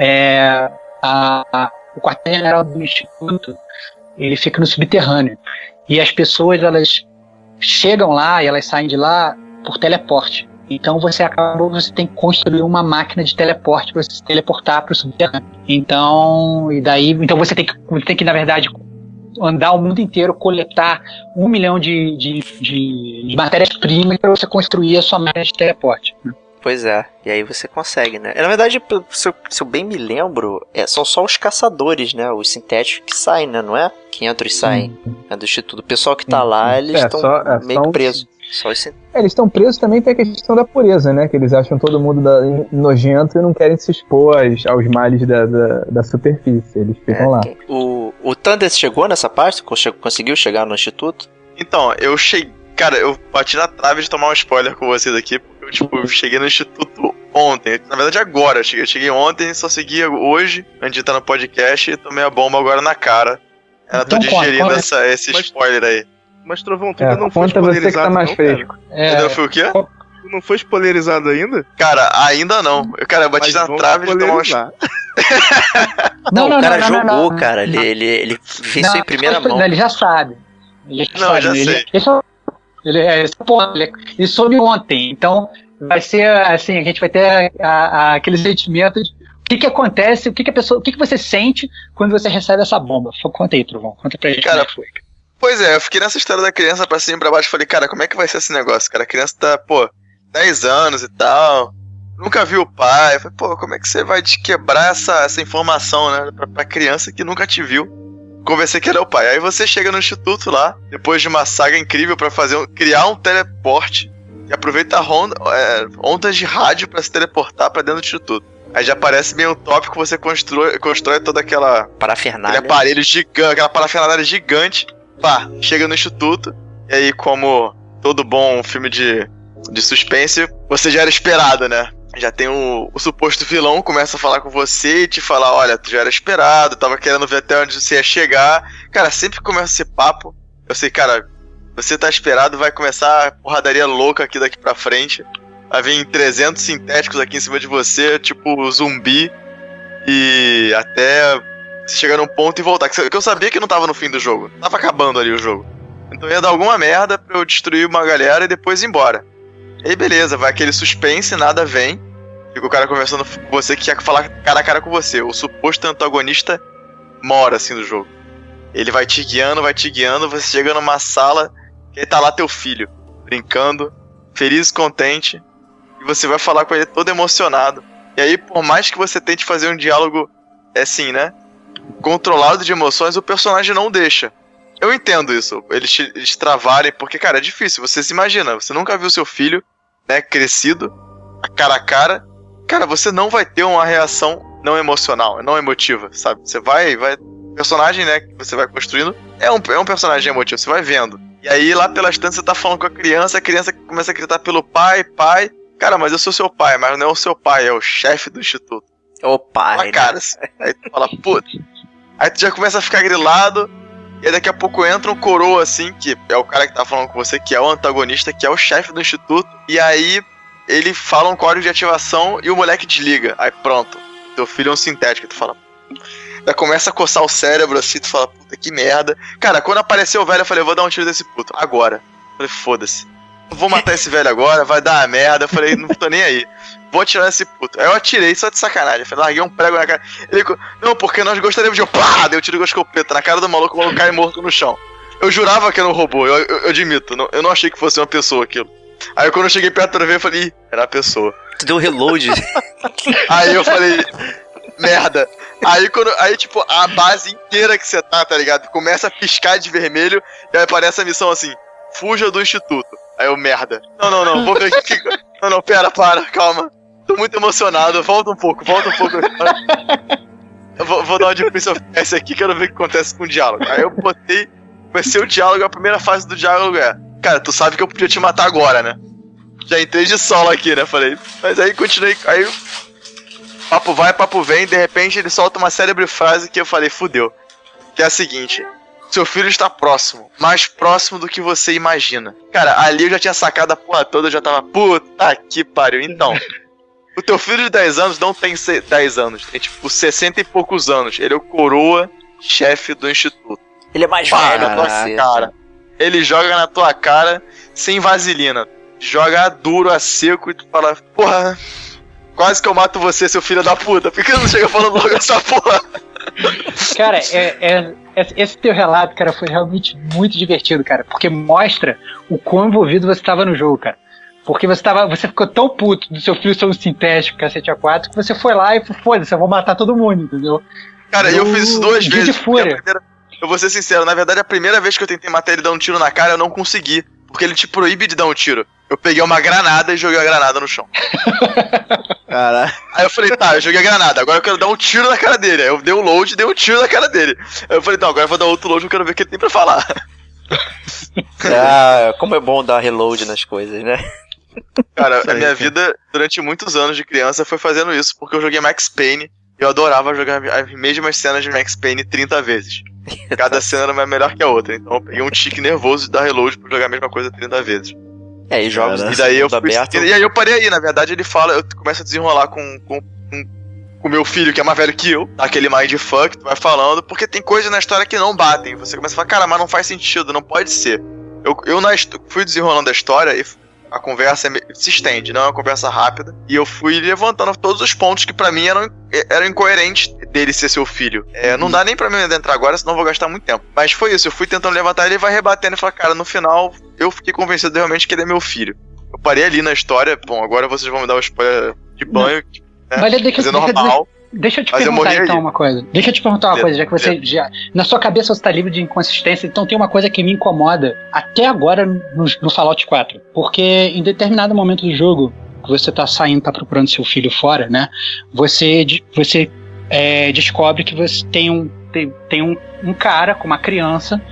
H: O quartel-general do Instituto, ele fica no subterrâneo, e as pessoas, elas chegam lá e elas saem de lá por teleporte. Então você tem que construir uma máquina de teleporte para você se teleportar para o subterrâneo. Então você tem que, na verdade, andar o mundo inteiro, coletar 1 milhão de matérias-primas para você construir a sua máquina de teleporte.
C: Pois é, e aí você consegue, né? Na verdade, se eu bem me lembro, são só os caçadores, né? Os sintéticos que saem, né? Não é? Que entram e saem do Instituto. O pessoal que tá lá, eles estão meio que presos.
E: Eles estão presos também, tem a questão da pureza, né? Que eles acham todo mundo nojento e não querem se expor aos males da superfície. Eles ficam lá.
C: O Thunder chegou nessa parte? Conseguiu chegar no Instituto?
F: Então, eu cheguei... Cara, eu bati na trave de tomar um spoiler com vocês aqui, porque eu cheguei no Instituto ontem. Na verdade, agora. Eu cheguei ontem, só segui hoje, antes de estar no podcast, e tomei a bomba agora na cara. Eu tô digerindo esse spoiler aí.
D: Mas, Trovão, tu ainda não foi spoilerizado,
E: você que tá mais fresco.
F: Ainda foi o quê?
D: Tu não foi spoilerizado ainda?
F: Cara, ainda não. Eu bati na trave de tomar um spoiler.
C: Não, o cara jogou, cara. Ele fez isso em primeira mão.
H: Ele já sabe.
F: Já sei.
H: Ele soube ontem, então vai ser assim, a gente vai ter aquele sentimento de o que acontece, o que você sente quando você recebe essa bomba. Conta aí, Trovão, conta pra gente,
F: cara,
H: como foi.
F: Pois é, eu fiquei nessa história da criança pra cima e pra baixo, falei, cara, como é que vai ser esse negócio, cara? A criança tá, 10 anos e tal, nunca viu o pai, falei, como é que você vai quebrar essa informação, né, pra criança que nunca te viu? Conversei que era o pai. Aí você chega no Instituto lá, depois de uma saga incrível pra criar um teleporte e aproveita ondas de rádio pra se teleportar pra dentro do Instituto. Aí já parece meio utópico, você constrói toda aquela
C: parafernália,
F: aquele aparelho gigante, aquela parafernália gigante. Pá, chega no Instituto, e aí, como todo bom filme de suspense, você já era esperado, né? Já tem o suposto vilão, começa a falar com você e te falar, olha, tu já era esperado, tava querendo ver até onde você ia chegar. Cara, sempre começa esse papo, Eu sei, cara, você tá esperado, vai começar a porradaria louca aqui daqui pra frente. Vai vir 300 sintéticos aqui em cima de você, tipo zumbi. E até você chegar num ponto e voltar. Porque eu sabia que não tava no fim do jogo. Tava acabando ali o jogo. Então ia dar alguma merda pra eu destruir uma galera e depois ir embora. E aí beleza, vai aquele suspense, nada vem. Fica o cara conversando com você que quer falar cara a cara com você. O suposto antagonista mora assim do jogo. Ele vai te guiando, você chega numa sala e aí tá lá teu filho, brincando, feliz e contente. E você vai falar com ele todo emocionado. E aí, por mais que você tente fazer um diálogo, assim, né, controlado de emoções, o personagem não deixa. Eu entendo isso, eles travarem, porque, cara, é difícil, você se imagina, você nunca viu seu filho, né, crescido, cara a cara, cara, você não vai ter uma reação não emocional, não emotiva, sabe? Você vai, personagem, né, que você vai construindo, é um personagem emotivo, você vai vendo. E aí, lá pelas tantas, você tá falando com a criança começa a gritar pelo pai, cara, mas eu sou seu pai, mas não é o seu pai, é o chefe do instituto.
C: O pai,
F: cara, né? Aí tu fala, puta. Aí tu já começa a ficar grilado, e aí daqui a pouco entra um coroa, assim, que é o cara que tá falando com você, que é o antagonista, que é o chefe do instituto, e aí ele fala um código de ativação e o moleque desliga. Aí pronto, teu filho é um sintético, tu fala... Já começa a coçar o cérebro, assim, tu fala, puta, que merda. Cara, quando apareceu o velho, eu falei, eu vou dar um tiro desse puto, agora. Eu falei, foda-se. Eu vou matar esse velho agora, vai dar uma merda. Eu falei, não tô nem aí. Vou atirar esse puto. Aí eu atirei só de sacanagem. Eu falei, larguei um prego na cara. Ele, não, porque nós gostaríamos de... Pá! Deu um tiro com a escopeta na cara do maluco, o maluco cai morto no chão. Eu jurava que era um robô, eu admito. Eu não achei que fosse uma pessoa aquilo. Aí quando eu cheguei perto da vez, eu falei, era a pessoa.
C: Tu deu reload.
F: Aí eu falei, merda. Aí, tipo, a base inteira que você tá ligado? Começa a piscar de vermelho e aí aparece a missão assim, fuja do instituto. Aí eu, merda. Não, vou ver aqui. Não, pera, calma. Tô muito emocionado, volta um pouco. Eu vou dar uma de Prince of Persia aqui, quero ver o que acontece com o diálogo. Aí eu comecei o diálogo, a primeira fase do diálogo é, cara, tu sabe que eu podia te matar agora, né? Já entrei de solo aqui, né? Falei, mas aí continuei, aí papo vai, papo vem, de repente ele solta uma célebre frase que eu falei, fudeu. Que é a seguinte... Seu filho está próximo, mais próximo do que você imagina. Cara, ali eu já tinha sacado a porra toda, eu já tava, puta que pariu. Então, o teu filho de 10 anos não tem 10 anos, tem tipo 60 e poucos anos. Ele é o coroa chefe do instituto.
C: Ele é mais velho que você,
F: cara. Ele joga na tua cara sem vaselina. Joga duro, a seco e tu fala, porra, quase que eu mato você, seu filho da puta. Por que você não chega falando logo essa porra?
H: Cara, esse teu relato, cara, foi realmente muito divertido, cara, porque mostra o quão envolvido você estava no jogo, cara. Porque você ficou tão puto do seu filho ser um sintético, cacete A4, que você foi lá e falou, foda-se, eu vou matar todo mundo, entendeu?
F: Cara, eu fiz isso 2 vezes. Eu vou ser sincero, na verdade, a primeira vez que eu tentei matar ele dar um tiro na cara, eu não consegui, porque ele te proíbe de dar um tiro. Eu peguei uma granada e joguei a granada no chão.
D: Caralho.
F: Aí eu falei, tá, eu joguei a granada, agora eu quero dar um tiro na cara dele. Aí eu dei um load e dei um tiro na cara dele. Aí eu falei, não, agora eu vou dar outro load, eu quero ver o que ele tem pra falar.
C: Como é bom dar reload nas coisas, né?
F: Cara, a minha vida, durante muitos anos de criança, foi fazendo isso, porque eu joguei Max Payne e eu adorava jogar as mesmas cenas de Max Payne 30 vezes. Cada cena era melhor que a outra, então eu peguei um tique nervoso de dar reload pra jogar a mesma coisa 30 vezes.
C: E jogos
F: e daí eu e aí eu parei aí, na verdade ele fala, eu começo a desenrolar com o meu filho, que é mais velho que eu, aquele mindfuck, tu vai falando, porque tem coisas na história que não batem, você começa a falar, cara, mas não faz sentido, não pode ser. Eu fui desenrolando a história e a conversa se estende, não é uma conversa rápida, e eu fui levantando todos os pontos que pra mim eram incoerentes dele ser seu filho. Não dá nem pra mim adentrar agora, senão eu vou gastar muito tempo. Mas foi isso, eu fui tentando levantar, ele vai rebatendo e fala, cara, no final eu fiquei convencido realmente que ele é meu filho. Eu parei ali na história, bom, agora vocês vão me dar o spoiler de banho, né, fazer normal.
H: Deixa eu te perguntar então uma coisa. Deixa eu te perguntar uma coisa, já que você já... Na sua cabeça você tá livre de inconsistência, então tem uma coisa que me incomoda até agora no Fallout 4. Porque em determinado momento do jogo, que você tá saindo, tá procurando seu filho fora, né? Você descobre que você tem um cara com uma criança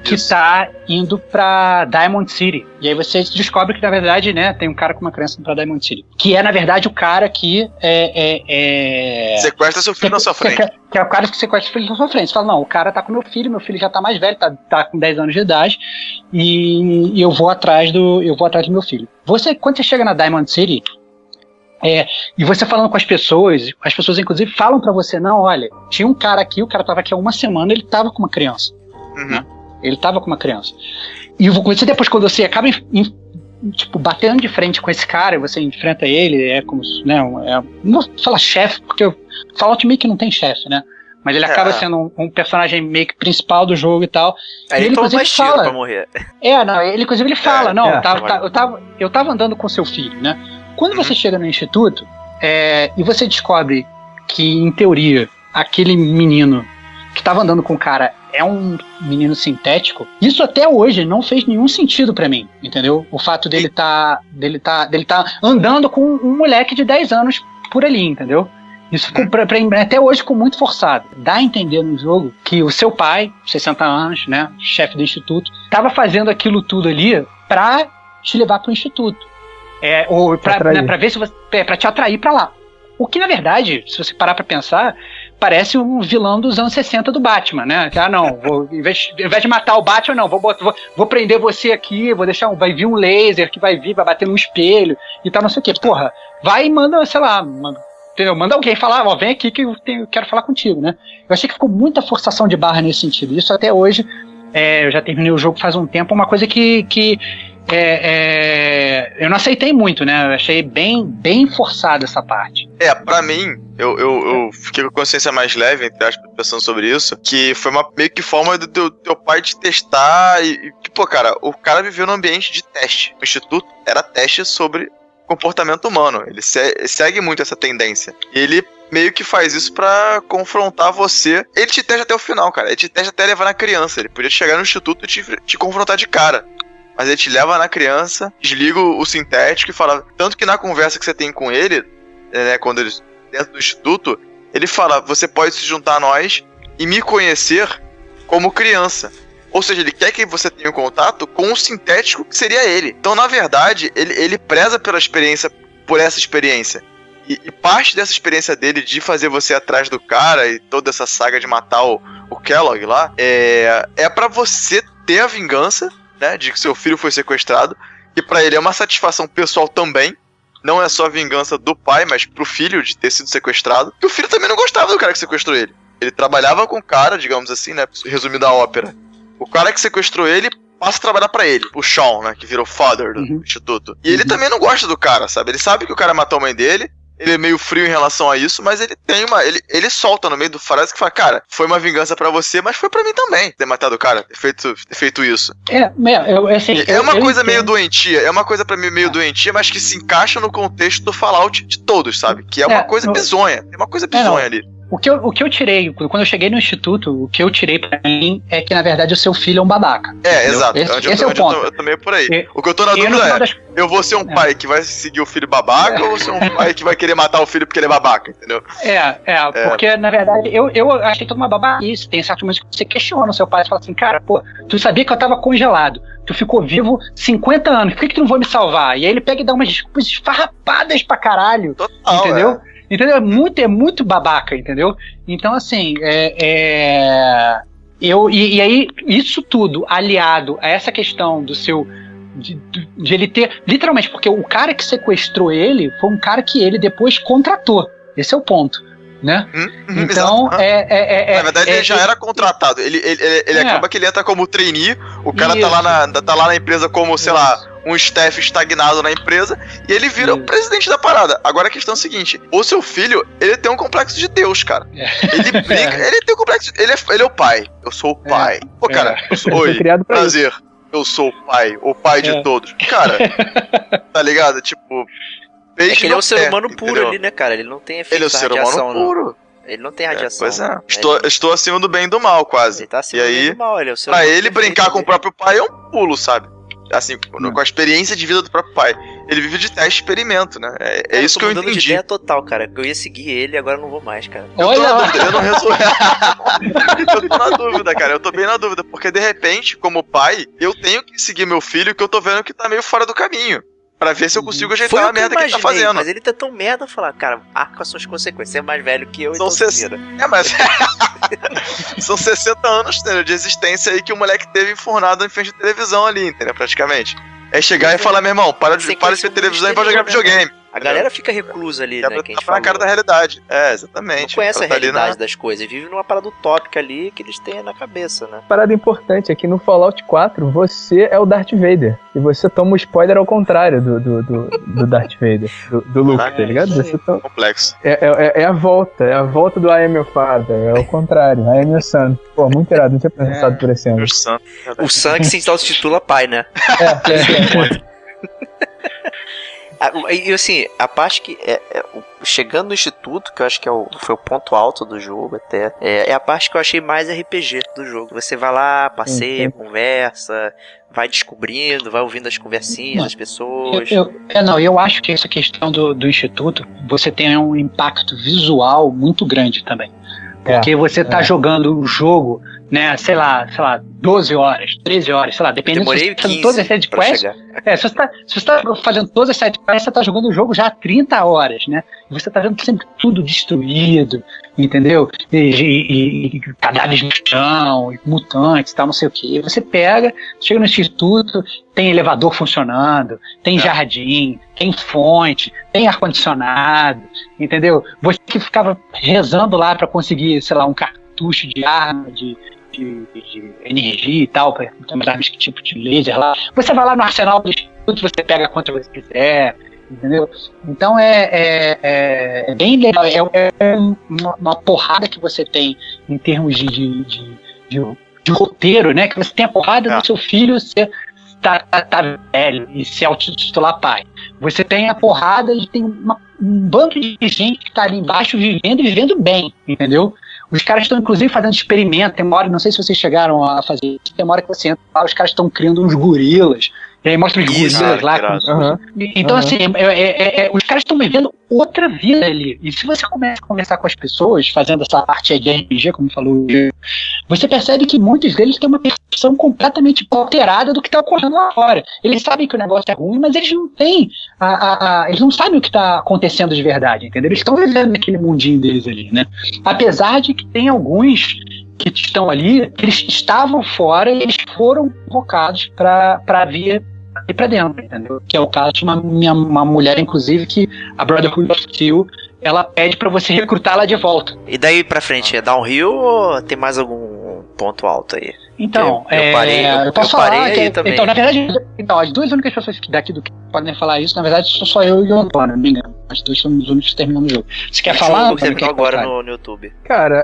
H: que tá indo pra Diamond City. E aí você descobre que, na verdade, né, tem um cara com uma criança indo pra Diamond City. Que é, na verdade, o cara que
F: sequestra seu filho na sua frente.
H: Que é o cara que sequestra o filho na sua frente. Você fala, não, o cara tá com meu filho já tá mais velho, tá com 10 anos de idade, e eu vou atrás do meu filho. Quando você chega na Diamond City, e você falando com as pessoas inclusive falam pra você, não, olha, tinha um cara aqui, o cara tava aqui há uma semana, ele tava com uma criança. Né? Ele tava com uma criança. E você depois, quando você acaba tipo, batendo de frente com esse cara, você enfrenta ele, é como, né, não vou falar chefe, porque o Fallout meio que não tem chefe, né? Mas ele acaba sendo um personagem meio que principal do jogo e tal.
C: Aí ele toma mais tiro pra morrer.
H: Ele inclusive ele fala, eu tava andando com seu filho, né? Quando você chega no instituto, e você descobre que, em teoria, aquele menino que tava andando com o cara é um menino sintético, isso até hoje não fez nenhum sentido pra mim, entendeu? O fato dele tá andando com um moleque de 10 anos por ali, entendeu? Isso ficou até hoje ficou muito forçado. Dá a entender no jogo que o seu pai, 60 anos, né, chefe do instituto, tava fazendo aquilo tudo ali pra te levar pro instituto. Ou pra ver se você, pra te atrair pra lá. O que, na verdade, se você parar pra pensar, parece um vilão dos anos 60 do Batman, né? Em vez de matar o Batman, não, vou prender você aqui, vai vir um laser que vai bater no espelho e tal, não sei o quê. Porra, vai e manda, sei lá, entendeu? Manda alguém falar, vem aqui que eu quero falar contigo, né? Eu achei que ficou muita forçação de barra nesse sentido. Isso até hoje, eu já terminei o jogo faz um tempo, uma coisa que eu não aceitei muito, né? Eu achei bem forçada essa parte.
F: Pra mim, eu fiquei com a consciência mais leve, entre aspas, pensando sobre isso, que foi uma meio que forma do teu pai te testar e pô, cara, o cara viveu num ambiente de teste. O instituto era teste sobre comportamento humano. Ele segue muito essa tendência. E ele meio que faz isso pra confrontar você. Ele te testa até o final, cara. Ele te testa até levar na criança. Ele podia chegar no instituto e te confrontar de cara. Mas ele te leva na criança, desliga o sintético e fala... Tanto que na conversa que você tem com ele, né, quando ele dentro do instituto, ele fala, você pode se juntar a nós e me conhecer como criança. Ou seja, ele quer que você tenha um contato com o sintético que seria ele. Então, na verdade, ele preza por essa experiência. E parte dessa experiência dele de fazer você atrás do cara e toda essa saga de matar o Kellogg lá, é pra você ter a vingança, né, de que seu filho foi sequestrado, e pra ele é uma satisfação pessoal também, não é só a vingança do pai, mas pro filho de ter sido sequestrado, que o filho também não gostava do cara que sequestrou ele. Ele trabalhava com o cara, digamos assim, né, resumindo a ópera. O cara que sequestrou ele passa a trabalhar pra ele, o Sean, né, que virou father do instituto. E ele também não gosta do cara, sabe? Ele sabe que o cara matou a mãe dele, ele é meio frio em relação a isso, mas ele tem ele solta no meio do frase que fala, cara, foi uma vingança pra você, mas foi pra mim também ter matado o cara, ter feito isso. É uma coisa meio doentia, é uma coisa pra mim meio doentia, mas que se encaixa no contexto do Fallout de todos, sabe? Que é uma coisa bizonha, tem uma coisa bizonha ali.
H: O que eu tirei, quando eu cheguei no instituto, o que eu tirei pra mim é que, na verdade, o seu filho é um babaca.
F: Exato.
H: Esse é o ponto.
F: Eu tô meio por aí. O que eu tô na dúvida eu vou ser um pai que vai seguir o filho babaca ou ser um pai que vai querer matar o filho porque ele é babaca, entendeu?
H: Porque, na verdade, eu achei toda uma babaquice. Tem certos momentos que você questiona o seu pai e fala assim, cara, pô, tu sabia que eu tava congelado, tu ficou vivo 50 anos, por que tu não vai me salvar? E aí ele pega e dá umas desculpas esfarrapadas pra caralho. Total, entendeu? Entendeu? É muito babaca, entendeu? Então, assim, e aí, isso tudo aliado a essa questão do seu... De ele ter... Literalmente, porque o cara que sequestrou ele foi um cara que ele depois contratou. Esse é o ponto, né? Então,
F: na verdade, ele já era contratado. Ele acaba que ele entra como trainee, o cara tá lá na empresa como, sei lá... um staff estagnado na empresa, e ele vira o presidente da parada. Agora a questão é a seguinte, o seu filho, ele tem um complexo de Deus, cara. Ele brinca, ele tem um complexo, ele é o pai. Eu sou o pai. Pô, cara, oi, prazer. Eu sou o pai de todos. Cara, tá ligado? Tipo,
C: ele é um ser humano puro ali, né, cara? Ele não tem efeito da radiação. Ele é um ser humano puro. Ele não tem radiação.
F: Pois é. Estou acima do bem e do mal, quase.
C: Ele tá acima do bem e do mal, ele é o ser
F: humano. Pra ele brincar com o próprio pai é um pulo, sabe? Assim, com a experiência de vida do próprio pai. ele vive de teste e experimento, né? É isso que eu entendi.
C: De ideia total, cara. Eu ia seguir ele, agora não vou mais, cara.
F: Eu tô na dúvida, eu não resolvi. Eu tô na dúvida, cara. Eu tô bem na dúvida, porque de repente, como pai, eu tenho que seguir meu filho, que eu tô vendo que tá meio fora do caminho. Pra ver se eu consigo ajeitar a merda que ele tá fazendo.
C: Mas ele tá tão merda, falar, cara, arca as suas consequências. Você é mais velho que eu,
F: então mas são 60 anos, entendeu, de existência aí que o moleque teve enfurnado em frente de televisão ali, entendeu? Praticamente. É chegar e falar, meu irmão, para de ver televisão e vai jogar videogame.
C: A galera fica reclusa ali, né? Que a gente
F: tá na cara da realidade. Exatamente.
C: Não conhece a realidade das coisas. Vive numa parada utópica ali que eles têm na cabeça, né?
E: Parada importante é que no Fallout 4 você é o Darth Vader. E você toma o spoiler ao contrário do Darth Vader. Do Luke, tá ligado? Você toma...
F: Complexo.
E: É a volta do I am your father. É o contrário. I am your son. Pô, muito irado. Não tinha pensado por esse ano.
C: O son que se intitula pai, né? E assim, a parte que chegando no instituto, que eu acho que foi o ponto alto do jogo até, é a parte que eu achei mais RPG do jogo. Você vai lá, passeia, conversa, vai descobrindo, vai ouvindo as conversinhas das pessoas.
H: Eu acho que essa questão do instituto, você tem um impacto visual muito grande também. Porque você tá jogando o jogo, né, sei lá, 12 horas, 13 horas, sei lá, dependendo
C: se você
H: tá fazendo todas as side quests. Se você tá fazendo todas as side quests, você tá jogando o jogo já há 30 horas, né? E você tá vendo sempre tudo destruído, entendeu? E cadáveres no chão, e mutantes e tal, não sei o que. Você pega, chega no instituto, tem elevador funcionando, tem jardim, tem fonte, tem ar-condicionado, entendeu? Você que ficava rezando lá pra conseguir, sei lá, um cartucho de arma, de energia e tal, para lembrar que tipo de laser lá. Você vai lá no arsenal do instituto, você pega quanto você quiser, entendeu? Então é bem legal, é uma porrada que você tem em termos de roteiro, né? Que você tem a porrada do seu filho ser tá velho e se autotitular pai. Você tem a porrada de tem um bando de gente que tá ali embaixo vivendo e vivendo bem, entendeu? Os caras estão, inclusive, fazendo experimento. Tem uma hora, não sei se vocês chegaram a fazer isso, tem uma hora que você entra lá, os caras estão criando uns gorilas. E aí mostra os gorilas lá. Então, assim, os caras estão vivendo outra vida ali. E se você começa a conversar com as pessoas, fazendo essa parte de RPG, como falou, você percebe que muitos deles têm uma percepção completamente alterada do que está ocorrendo lá fora. Eles sabem que o negócio é ruim, mas eles não têm eles não sabem o que está acontecendo de verdade, entendeu? Eles estão vivendo naquele mundinho deles ali, né? Apesar de que tem alguns que estão ali, eles estavam fora e eles foram convocados para vir pra dentro, entendeu? Que é o caso de uma mulher, inclusive, que a Brotherhood of Steel, ela pede pra você recrutá-la de volta.
C: E daí pra frente, é downhill ou tem mais algum ponto alto aí?
H: Então,
C: eu parei aí também.
H: Então, na verdade, as duas únicas pessoas daqui do que podem falar isso, na verdade, sou só eu e o Antônio, não me engano. As duas são os únicos que terminam o jogo. Você quer falar?
C: Você terminou agora no YouTube.
E: Cara,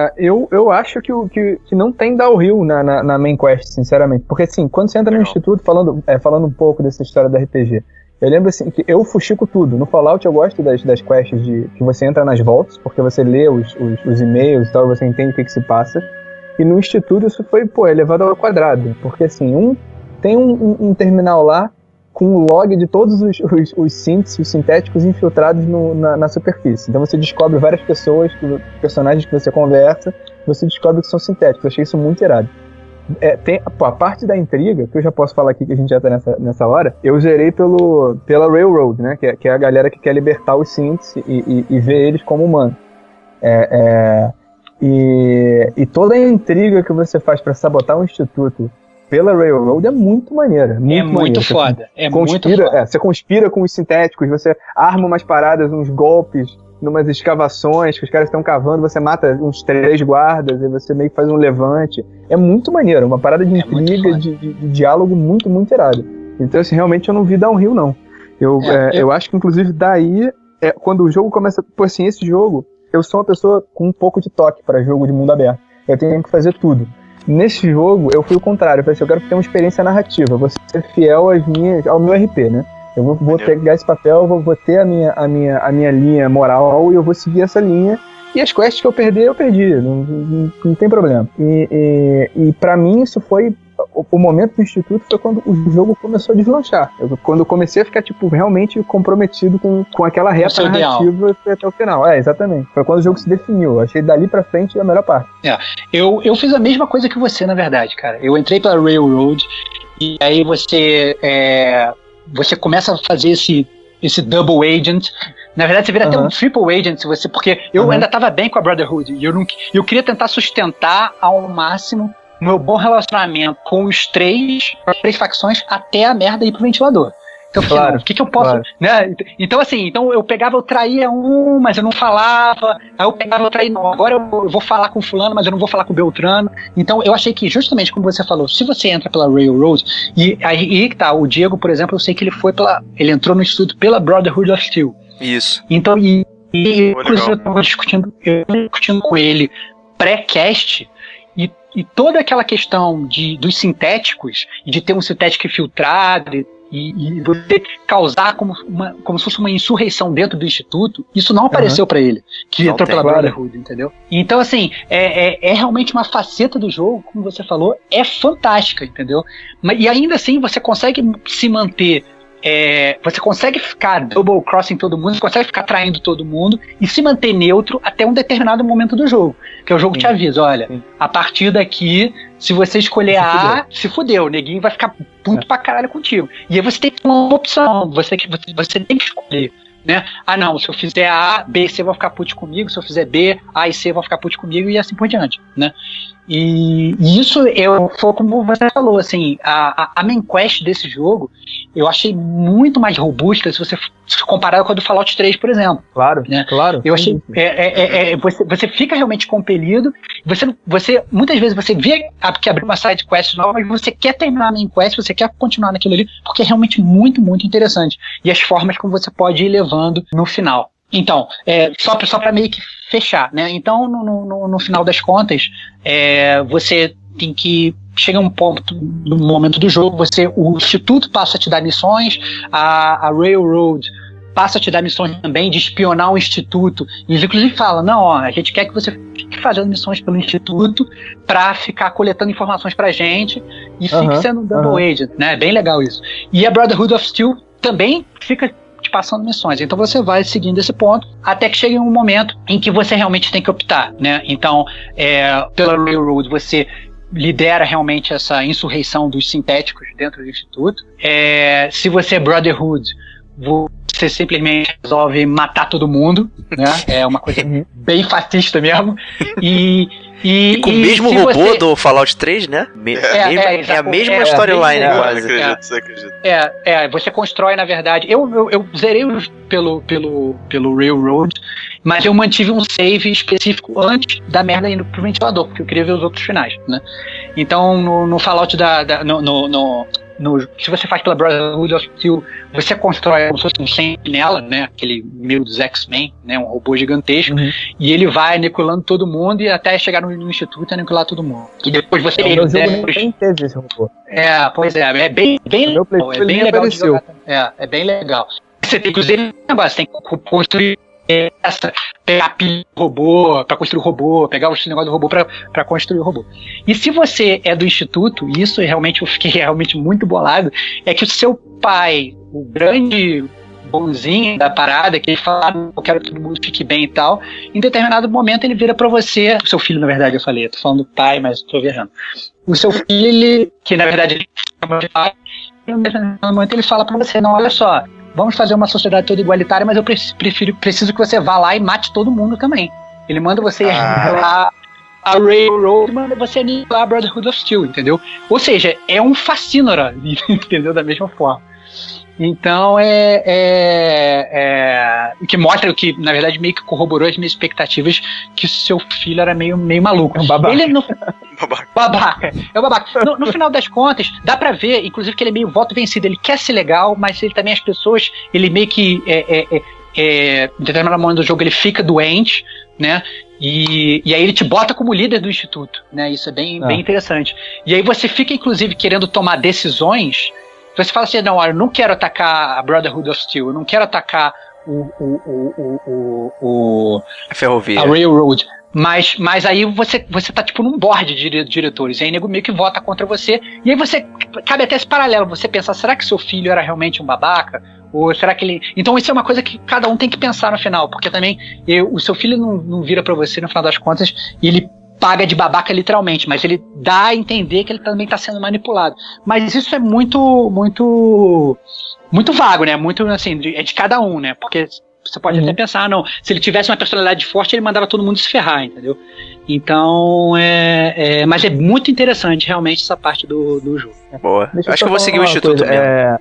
E: eu acho que não tem downhill na main quest, sinceramente. Porque, assim, quando você entra no instituto, falando um pouco dessa história da RPG, eu lembro, assim, que eu fuxico tudo. No Fallout eu gosto das quests que você entra nas vaults, porque você lê os e-mails e tal, você entende o que se passa. E no instituto isso foi, elevado ao quadrado. Porque, assim, tem um terminal lá com o log de todos os synths, os sintéticos infiltrados na superfície. Então você descobre várias pessoas, personagens que você conversa, você descobre que são sintéticos. Eu achei isso muito irado. Tem a parte da intriga, que eu já posso falar aqui que a gente já tá nessa hora, eu zerei pela Railroad, né? Que é a galera que quer libertar os synths e ver eles como humanos. E toda a intriga que você faz pra sabotar um instituto pela Railroad é muito maneira.
H: Muito foda.
E: Você conspira com os sintéticos, você arma umas paradas, uns golpes, numas escavações que os caras estão cavando, você mata uns 3 guardas e você meio que faz um levante. É muito maneiro, uma parada de intriga, de diálogo muito, muito irado. Então, assim, realmente eu não vi downhill, não. Eu acho que, inclusive, daí, quando o jogo começa... assim, esse jogo, eu sou uma pessoa com um pouco de toque para jogo de mundo aberto. Eu tenho que fazer tudo. Nesse jogo, eu fui o contrário. Eu falei assim, eu quero ter uma experiência narrativa, vou ser fiel ao meu RP, né? Eu vou pegar esse papel, vou ter a minha linha moral e eu vou seguir essa linha. E as quests que eu perdi. Não tem problema. E pra mim isso foi o momento do Instituto foi quando o jogo começou a deslanchar. Quando eu comecei a ficar, tipo, realmente comprometido com aquela reta narrativa e foi até o final. Exatamente. Foi quando o jogo se definiu. Achei dali pra frente a melhor parte.
H: Eu fiz a mesma coisa que você, na verdade, cara. Eu entrei pela Railroad e aí você começa a fazer esse double agent. Na verdade, você vira até um triple agent, porque eu ainda tava bem com a Brotherhood e eu queria tentar sustentar ao máximo o meu bom relacionamento com as três facções até a merda ir pro ventilador. Então, claro, o que eu posso... Claro. Né? Então, assim, eu pegava, eu traía mas eu não falava. Aí eu pegava, eu traía, não. Agora eu vou falar com fulano, mas eu não vou falar com Beltrano. Então, eu achei que, justamente como você falou, se você entra pela Railroad, e aí que tá, o Diego, por exemplo, eu sei que ele entrou no instituto pela Brotherhood of Steel.
C: Isso.
H: Então, inclusive, eu tava discutindo com ele pré-cast, e toda aquela questão dos sintéticos, e de ter um sintético filtrado, e você causar como se fosse uma insurreição dentro do instituto, isso não apareceu pra ele, que entrou pela Brotherhood, entendeu? Então, assim, é realmente uma faceta do jogo, como você falou, é fantástica, entendeu? E ainda assim, você consegue se manter... você consegue ficar double crossing todo mundo, você consegue ficar traindo todo mundo e se manter neutro até um determinado momento do jogo, que o jogo te avisa, olha, a partir daqui, se você escolher A, se fudeu, o neguinho vai ficar puto pra caralho contigo. E aí você tem uma opção, você tem que escolher, né? Ah, não, se eu fizer A, B e C vão ficar putos comigo, se eu fizer B, A e C vão ficar putos comigo e assim por diante, né? E isso foi como você falou, assim, a main quest desse jogo eu achei muito mais robusta se você comparar com a do Fallout 3, por exemplo.
E: Claro,
H: né?
E: Claro.
H: Eu achei, você fica realmente compelido, você muitas vezes você vê que abriu uma side quest nova, mas você quer terminar a main quest, você quer continuar naquilo ali, porque é realmente muito, muito interessante. E as formas como você pode ir levando no final. Então, só pra meio que fechar, né? Então, no final das contas, você tem que... Chega um ponto no momento do jogo, o Instituto passa a te dar missões, a Railroad passa a te dar missões também de espionar o Instituto, e inclusive fala, não, a gente quer que você fique fazendo missões pelo Instituto pra ficar coletando informações pra gente e fique sendo um double agent, né? É bem legal isso. E a Brotherhood of Steel também fica te passando missões, então você vai seguindo esse ponto até que chegue um momento em que você realmente tem que optar, né? Então, pela Railroad você lidera realmente essa insurreição dos sintéticos dentro do Instituto. Se você é Brotherhood, você simplesmente resolve matar todo mundo, né? É uma coisa bem fascista mesmo. E
C: com o mesmo robô do Fallout 3, né? É a mesma storyline, quase.
H: Você constrói, na verdade... Eu zerei pelo Railroad, mas eu mantive um save específico antes da merda indo pro ventilador, porque eu queria ver os outros finais, né? Então, no Fallout se você faz pela Brotherhood of Steel, você constrói como se fosse um sentinela, né? Aquele meio dos X-Men, né? Um robô gigantesco, e ele vai aniquilando todo mundo e até chegar no Instituto e aniquilar todo mundo. E depois você...
E: O meu jogo nem teve esse robô.
H: Pois é bem legal. É bem legal de jogar. É bem legal. Você tem que usar esse negócio, você tem que construir pegar pilha do robô pra construir o robô, pegar os negócios do robô pra construir o robô. E se você é do Instituto, isso realmente eu fiquei realmente muito bolado, é que o seu pai, o grande bonzinho da parada, que ele fala, eu quero que todo mundo fique bem e tal, em determinado momento ele vira pra você, o seu filho, na verdade, eu falei, eu tô falando do pai, mas tô viajando. O seu filho, que na verdade ele chama de pai, em determinado momento ele fala pra você, não, olha só, vamos fazer uma sociedade toda igualitária, mas eu preciso que você vá lá e mate todo mundo também. Ele manda você aniquilar a Railroad, manda você aniquilar a Brotherhood of Steel, entendeu? Ou seja, é um fascínora, entendeu? Da mesma forma. Então, que mostra que, na verdade, meio que corroborou as minhas expectativas que o seu filho era meio maluco.
E: É um babaca.
H: Ele É o babaca. No final das contas, dá pra ver, inclusive, que ele é meio voto vencido. Ele quer ser legal, mas ele também, as pessoas, ele meio que, em determinado momento do jogo, ele fica doente, né? E aí ele te bota como líder do Instituto, né? Isso é bem interessante. E aí você fica, inclusive, querendo tomar decisões. Você fala assim, não, eu não quero atacar a Brotherhood of Steel, eu não quero atacar
C: a ferrovia,
H: a Railroad, Mas aí você tá tipo num board de diretores, e aí nego meio que vota contra você, e aí você cabe até esse paralelo, você pensar, será que seu filho era realmente um babaca? Ou será que ele... Então isso é uma coisa que cada um tem que pensar no final, porque também o seu filho não vira pra você no final das contas, e ele paga de babaca literalmente, mas ele dá a entender que ele também tá sendo manipulado. Mas isso é muito vago, né? Muito assim, é de cada um, né? Porque você pode até pensar, não, se ele tivesse uma personalidade forte, ele mandava todo mundo se ferrar, entendeu? Então, mas é muito interessante, realmente, essa parte do jogo.
C: Boa. Acho que eu vou seguir o Instituto mesmo.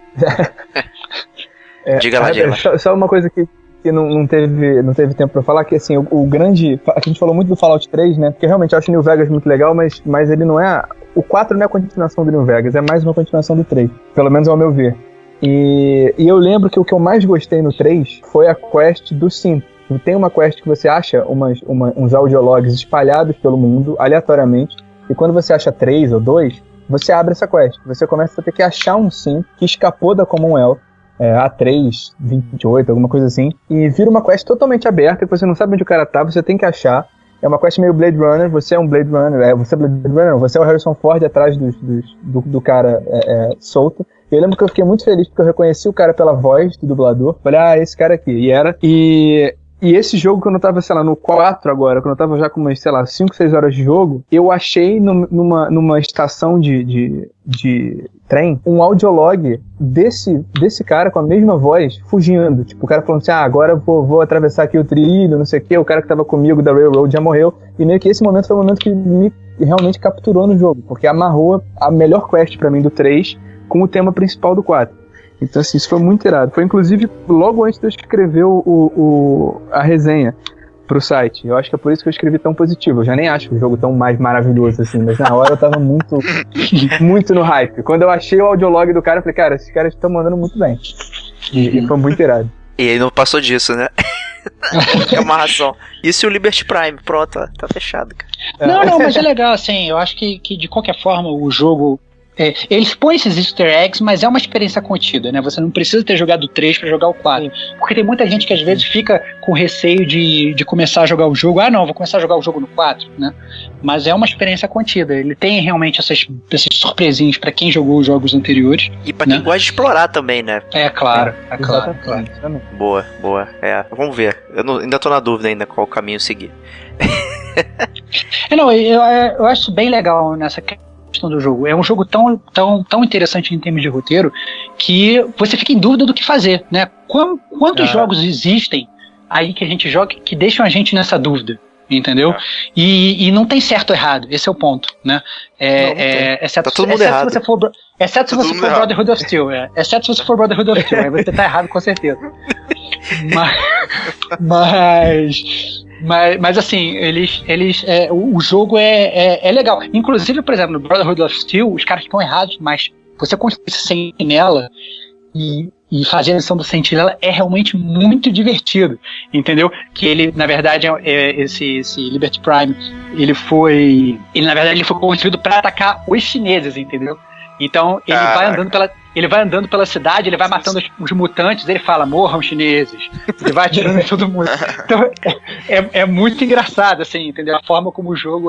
C: Diga lá.
E: Só uma coisa que não teve tempo pra falar, que assim, o grande... A gente falou muito do Fallout 3, né? Porque realmente eu acho o New Vegas muito legal, mas ele não é... O 4 não é a continuação do New Vegas, é mais uma continuação do 3. Pelo menos ao meu ver. E eu lembro que o que eu mais gostei no 3 foi a quest do Sim. Tem uma quest que você acha uns audiologs espalhados pelo mundo, aleatoriamente, e quando você acha 3 ou 2, você abre essa quest. Você começa a ter que achar um Sim que escapou da Commonwealth, A3, 28, alguma coisa assim, e vira uma quest totalmente aberta, que você não sabe onde o cara tá, você tem que achar. É uma quest meio Blade Runner, você é um Blade Runner, você é Blade Runner, você é o Harrison Ford atrás do cara solto. Eu lembro que eu fiquei muito feliz porque eu reconheci o cara pela voz do dublador. Falei, esse cara aqui. E era. E esse jogo, quando eu tava, sei lá, no 4 agora, quando eu tava já com umas, sei lá, 5, 6 horas de jogo, eu achei numa estação de trem um audiolog desse cara com a mesma voz, fugindo. Tipo, o cara falando assim, agora eu vou atravessar aqui o trilho, não sei o quê. O cara que tava comigo da Railroad já morreu. E meio que esse momento foi o momento que me realmente capturou no jogo, porque amarrou a melhor quest pra mim do 3 com o tema principal do 4. Então, assim, isso foi muito irado. Foi, inclusive, logo antes de eu escrever a resenha pro site. Eu acho que é por isso que eu escrevi tão positivo. Eu já nem acho o jogo tão mais maravilhoso, assim, mas na hora eu tava muito, muito no hype. Quando eu achei o audiolog do cara, eu falei, cara, esses caras estão mandando muito bem. E foi muito irado.
C: E aí não passou disso, né? É uma razão. Isso e o Liberty Prime, pronto, tá fechado, cara.
H: Não, mas é legal, assim, eu acho que de qualquer forma o jogo... Eles põem esses easter eggs, mas é uma experiência contida, né? Você não precisa ter jogado o 3 pra jogar o 4. Porque tem muita gente que às vezes fica com receio de começar a jogar o jogo. Não, vou começar a jogar o jogo no 4, né? Mas é uma experiência contida. Ele tem realmente essas surpresinhas pra quem jogou os jogos anteriores.
C: E pra quem gosta de explorar também, né?
H: Claro.
C: Boa. Vamos ver. Eu ainda tô na dúvida ainda qual caminho seguir.
H: Eu acho bem legal nessa questão do jogo. É um jogo tão interessante em termos de roteiro que você fica em dúvida do que fazer, né? Quantos jogos existem aí que a gente joga que deixam a gente nessa dúvida, entendeu? E não tem certo ou errado, esse é o ponto, né?
C: Tá todo mundo errado.
H: Exceto se você for Brotherhood of Steel, exceto se você for Brotherhood of Steel, aí você tá errado com certeza. Mas assim, o jogo é legal. Inclusive, por exemplo, no Brotherhood of Steel, os caras ficam errados, mas você construir esse sentinela e fazer a missão do sentinela é realmente muito divertido, entendeu? Que ele, na verdade, esse Liberty Prime, ele foi construído para atacar os chineses, entendeu? Então, ele vai andando pela cidade, ele vai matando os mutantes, ele fala, morram chineses, ele vai atirando em todo mundo. Então, é muito engraçado, assim, entendeu? A forma como o jogo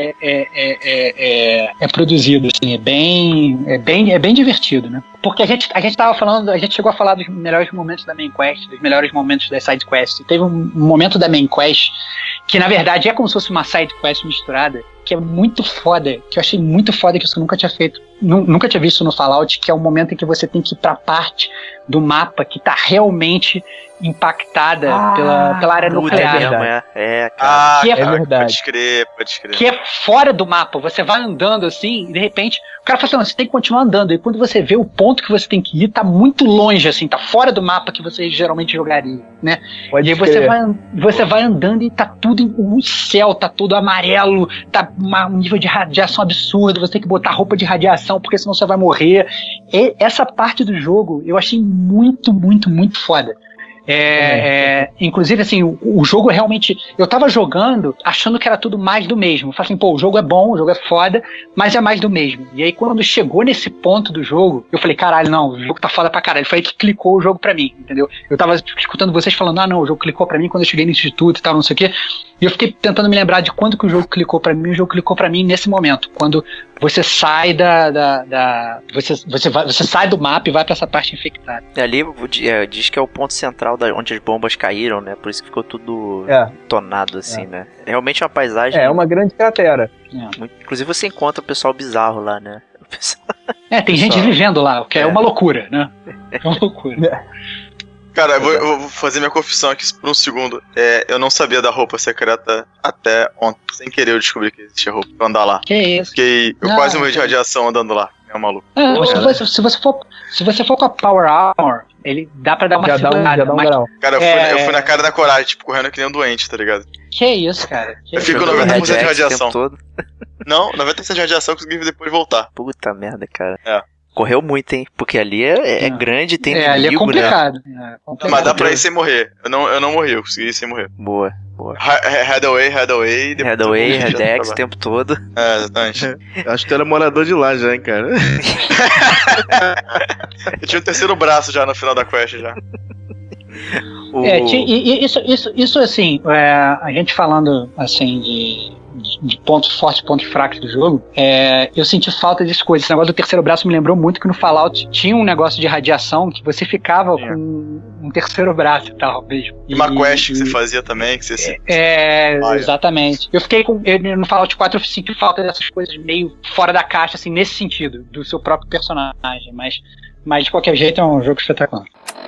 H: é produzido, assim, é bem divertido, né? Porque a gente chegou a falar dos melhores momentos da main quest, dos melhores momentos das side quests. Teve um momento da main quest que, na verdade, é como se fosse uma side quest misturada, que é muito foda, que eu achei muito foda, que eu nunca tinha feito, nunca tinha visto no Fallout, que é o momento em que você tem que ir pra parte do mapa que tá realmente impactada pela área nuclear.
F: Cara.
E: É verdade.
F: Pode crer.
H: Que é fora do mapa, você vai andando assim, e de repente, o cara fala assim, você tem que continuar andando, e quando você vê o ponto que você tem que ir, tá muito longe, assim, tá fora do mapa que você geralmente jogaria, né? E aí você vai andando e tá tudo, o céu tá todo amarelo, tá um nível de radiação absurdo, você tem que botar roupa de radiação, porque senão você vai morrer. E essa parte do jogo, eu achei muito, muito, muito foda. Inclusive, assim, o jogo realmente... Eu tava jogando achando que era tudo mais do mesmo. Eu falei assim, o jogo é bom, o jogo é foda, mas é mais do mesmo. E aí, quando chegou nesse ponto do jogo, eu falei, caralho, não, o jogo tá foda pra caralho. Foi aí que clicou o jogo pra mim, entendeu? Eu tava escutando vocês falando, não, o jogo clicou pra mim quando eu cheguei no instituto e tal, não sei o quê. E eu fiquei tentando me lembrar de quando que o jogo clicou pra mim. O jogo clicou pra mim nesse momento, quando você sai você sai do mapa e vai pra essa parte infectada.
C: Ali diz que é o ponto central onde as bombas caíram, né? Por isso que ficou tudo tonado assim, né? Realmente é uma paisagem.
E: É uma grande cratera.
C: Inclusive você encontra o pessoal bizarro lá, né?
H: Tem gente vivendo lá, o que é uma loucura, né? É uma loucura.
F: Cara, eu vou fazer minha confissão aqui por um segundo. Eu não sabia da roupa secreta até ontem. Sem querer eu descobri que existia roupa pra andar lá.
H: Que isso?
F: Eu quase morri de radiação andando lá. É um maluco.
H: Se você for com a Power Armor, ele dá pra dar uma segurada.
F: Cara, eu fui na cara da coragem, tipo, correndo que nem um doente, tá ligado?
H: Que isso, cara?
F: Eu fico com 90% de radiação. Não, 90% de radiação eu consegui depois voltar.
C: Puta merda, cara. Correu muito, hein? Porque ali é grande, tem
H: inimigo, ali é complicado.
C: Né?
F: Mas dá pra ir sem morrer. Eu não morri, eu consegui ir sem morrer.
C: Boa.
F: Head away.
C: Headex o tempo todo.
F: Exatamente.
D: Acho que tu era morador de lá já, hein, cara.
F: Eu tinha o terceiro braço já no final da quest já.
H: Isso assim, a gente falando assim de pontos fortes e pontos fracos do jogo, eu senti falta dessas coisas. Esse negócio do terceiro braço me lembrou muito que no Fallout tinha um negócio de radiação que você ficava com um terceiro braço e tal mesmo.
F: E uma quest que você fazia também, que você
H: exatamente. No Fallout 4 eu senti falta dessas coisas meio fora da caixa, assim, nesse sentido, do seu próprio personagem, mas de qualquer jeito é um jogo espetacular.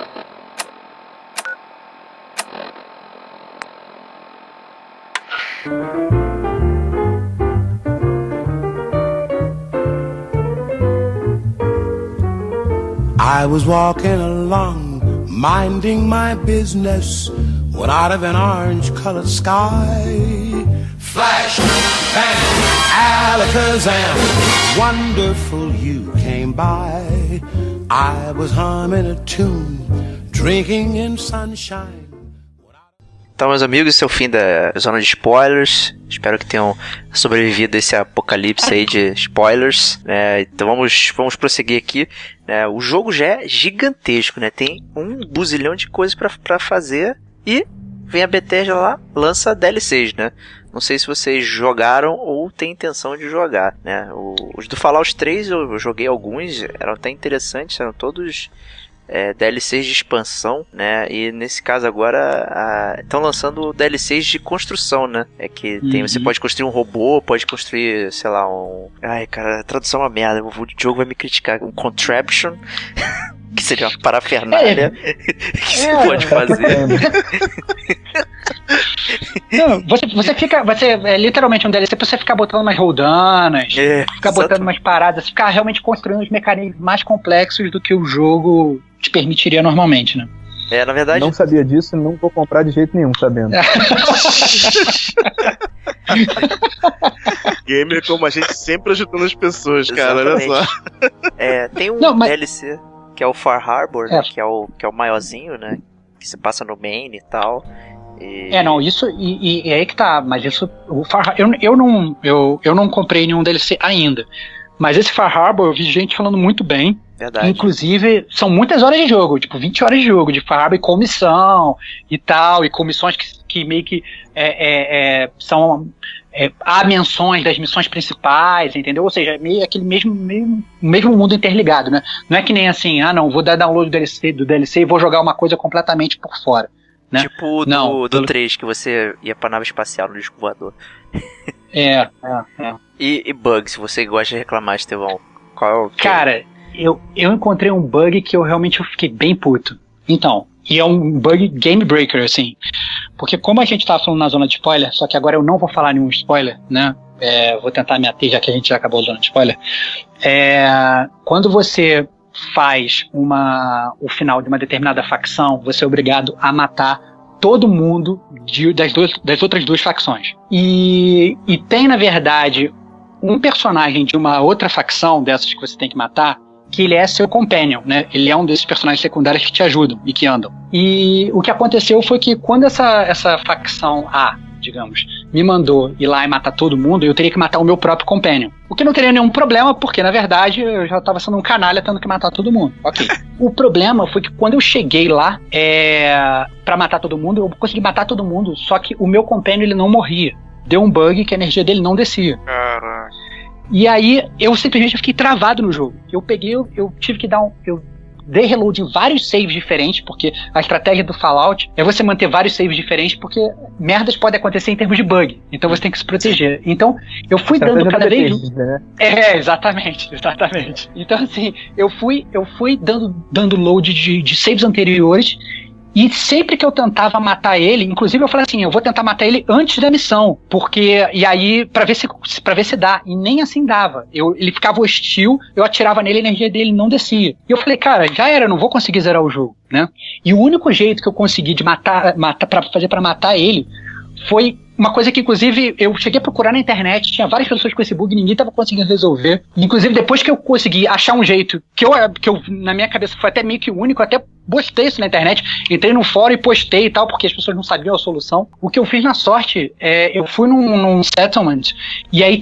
J: I was walking along, minding my business, when out of an orange-colored sky, flash, bang, alakazam, wonderful you came by. I was humming a tune, drinking in sunshine.
C: Então, meus amigos, esse é o fim da zona de spoilers. Espero que tenham sobrevivido a esse apocalipse aí de spoilers. Então vamos prosseguir aqui. O jogo já é gigantesco, né? Tem um buzilhão de coisas pra fazer. E vem a Bethesda lá, lança DLCs, né? Não sei se vocês jogaram ou têm intenção de jogar, né? Os do Fallout 3 eu joguei alguns, eram até interessantes, eram todos... DLCs de expansão, né? E nesse caso agora estão lançando DLCs de construção, né? Você pode construir um robô, pode construir, sei lá, Ai, cara, a tradução é uma merda. O jogo vai me criticar. Um contraption, que seria uma parafernália que você pode fazer.
H: Não, você fica. É literalmente um DLC pra você ficar botando umas roldanas, ficar botando umas paradas, ficar realmente construindo os mecanismos mais complexos do que o jogo te permitiria normalmente, né?
C: Na verdade.
E: Não sabia disso e não vou comprar de jeito nenhum, sabendo.
D: Gamer como a gente sempre ajudando as pessoas, cara, olha só.
C: Tem um DLC que é o Far Harbor, né? Que é o maiorzinho, né? Que se passa no Maine e tal.
H: Isso, e aí que tá, mas isso, o Far Harbor, eu não comprei nenhum DLC ainda, mas esse Far Harbor eu vi gente falando muito bem.
C: Verdade.
H: Inclusive, são muitas horas de jogo, tipo 20 horas de jogo de Far Harbor e comissão e tal, e comissões que meio que são há menções das missões principais, entendeu? Ou seja, meio aquele mesmo mundo interligado, né? Não é que nem assim, vou dar download do DLC e vou jogar uma coisa completamente por fora. Né?
C: Tipo do 3, que você ia pra nave espacial no disco voador. E bug, se você gosta de reclamar, Estevão, qual é o...
H: Cara, eu encontrei um bug que eu realmente fiquei bem puto. Então, e é um bug game breaker, assim. Porque como a gente tava falando na zona de spoiler, só que agora eu não vou falar nenhum spoiler, né? Vou tentar me ater, já que a gente já acabou a zona de spoiler. Quando você faz o final de uma determinada facção, você é obrigado a matar todo mundo das outras duas facções. E tem, na verdade, um personagem de uma outra facção dessas que você tem que matar, que ele é seu companion, né? Ele é um desses personagens secundários que te ajudam e que andam. E o que aconteceu foi que quando essa facção A, digamos, me mandou ir lá e matar todo mundo, eu teria que matar o meu próprio companion. O que não teria nenhum problema, porque na verdade eu já tava sendo um canalha tendo que matar todo mundo. Ok. O problema foi que quando eu cheguei lá pra matar todo mundo, eu consegui matar todo mundo, só que o meu companion ele não morria. Deu um bug que a energia dele não descia.
F: Caraca.
H: E aí eu simplesmente fiquei travado no jogo. Eu tive que dar eu dei reload em vários saves diferentes, porque a estratégia do Fallout é você manter vários saves diferentes, porque merdas podem acontecer em termos de bug. Então você tem que se proteger. Então eu fui dando cada vez...
E: né?
H: Exatamente. Então assim, eu fui dando load de saves anteriores. E sempre que eu tentava matar ele, inclusive eu falei assim, eu vou tentar matar ele antes da missão, porque, e aí, pra ver se dá, e nem assim dava. Ele ficava hostil, eu atirava nele, a energia dele não descia. E eu falei, cara, já era, eu não vou conseguir zerar o jogo, né? E o único jeito que eu consegui de matar pra matar ele, foi uma coisa que, inclusive, eu cheguei a procurar na internet, tinha várias pessoas com esse bug, ninguém tava conseguindo resolver. Inclusive, depois que eu consegui achar um jeito, que eu na minha cabeça, foi até meio que único, eu até postei isso na internet, entrei no fórum e postei e tal, porque as pessoas não sabiam a solução. O que eu fiz na sorte, eu fui num settlement, e aí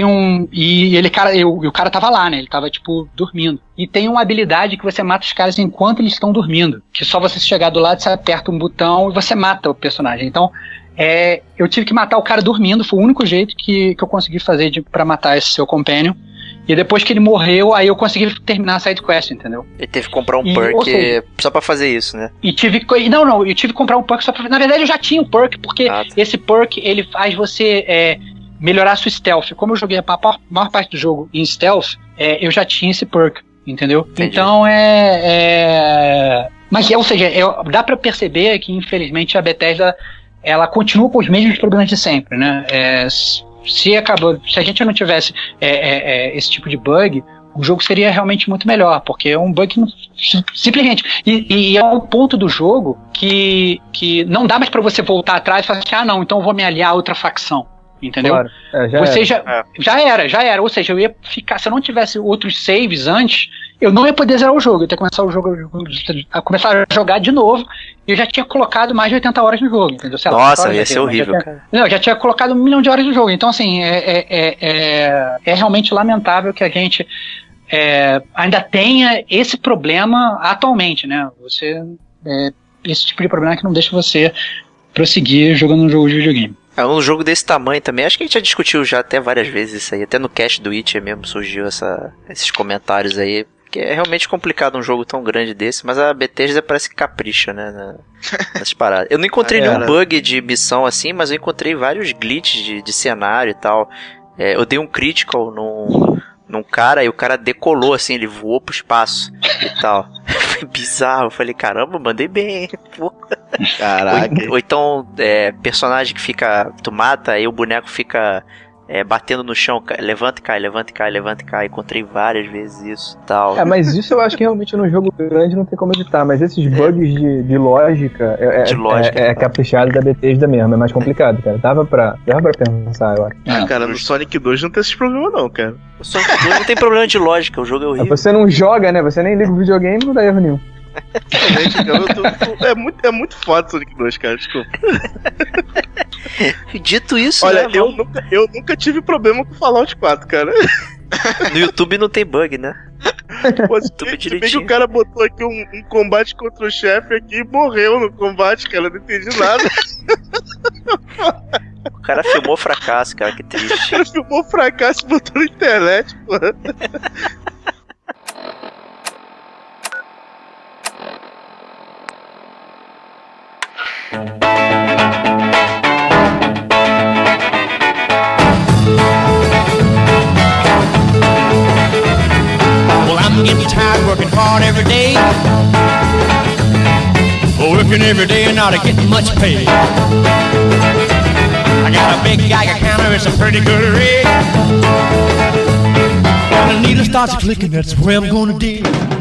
H: o cara tava lá, né, ele tava, tipo, dormindo. E tem uma habilidade que você mata os caras enquanto eles estão dormindo, que só você chegar do lado, você aperta um botão e você mata o personagem. Então, eu tive que matar o cara dormindo, foi o único jeito que eu consegui fazer pra matar esse seu companion. E depois que ele morreu, aí eu consegui terminar a sidequest, entendeu?
C: Ele teve que comprar um perk só pra fazer isso, né?
H: Eu tive que comprar um perk só pra... Na verdade, eu já tinha um perk, porque esse perk, ele faz você melhorar a sua stealth. Como eu joguei a maior parte do jogo em stealth, eu já tinha esse perk, entendeu? Entendi. Então, Mas, ou seja, dá pra perceber que, infelizmente, a Bethesda... ela continua com os mesmos problemas de sempre, né? Se a gente não tivesse esse tipo de bug, o jogo seria realmente muito melhor, porque é um bug que simplesmente... E é um ponto do jogo que não dá mais pra você voltar atrás e falar assim, não, então eu vou me aliar a outra facção. Entendeu? Claro. Já era. Ou seja, eu ia ficar. Se eu não tivesse outros saves antes, eu não ia poder zerar o jogo. Eu ia ter que começar a jogar de novo. E eu já tinha colocado mais de 80 horas no jogo. Entendeu? Sei lá,
C: nossa, ia ser horrível, cara.
H: Eu já tinha colocado 1 milhão de horas no jogo. Então, assim, é realmente lamentável que a gente ainda tenha esse problema atualmente, né? Esse tipo de problema que não deixa você prosseguir jogando um jogo de videogame.
C: Um jogo desse tamanho também, acho que a gente já discutiu já até várias vezes isso aí, até no cast do Witcher mesmo surgiu esses comentários aí, porque é realmente complicado um jogo tão grande desse, mas a Bethesda parece que capricha, né, nessas paradas. Eu não encontrei nenhum bug de missão assim, mas eu encontrei vários glitches de cenário e tal. Eu dei um critical num cara e o cara decolou assim, ele voou pro espaço e tal. Foi bizarro, eu falei, caramba, mandei bem, pô.
D: Caraca.
C: Ou então, personagem que fica, tu mata, aí o boneco fica batendo no chão, levanta e cai, levanta e cai, levanta e cai. Encontrei várias vezes isso, tal.
E: Mas isso eu acho que realmente no jogo grande não tem como evitar, mas esses bugs de lógica é caprichado da Bethesda mesmo, é mais complicado, cara. Dava pra pensar, eu acho.
D: Cara, no Sonic 2 não tem esses problemas não, cara.
C: O Sonic 2 não tem problema de lógica, o jogo é horrível.
E: Você não joga, né? Você nem liga o videogame, não dá erro nenhum.
D: É muito foda Sonic 2, cara, desculpa.
C: Dito isso,
D: olha,
C: né,
D: eu nunca tive problema com Fallout 4, cara.
C: No YouTube não tem bug, né?
D: Pô, se bem que o cara botou aqui um combate contra o chefe aqui e morreu no combate, cara, eu não entendi nada.
C: O cara filmou fracasso, cara, que triste.
D: O cara filmou fracasso e botou na internet, porra.
J: Well, I'm getting tired working hard every day. Working every day and not getting much pay. I got a big Geiger counter, it's a pretty good rate. When the needle starts clicking, that's where I'm gonna dig.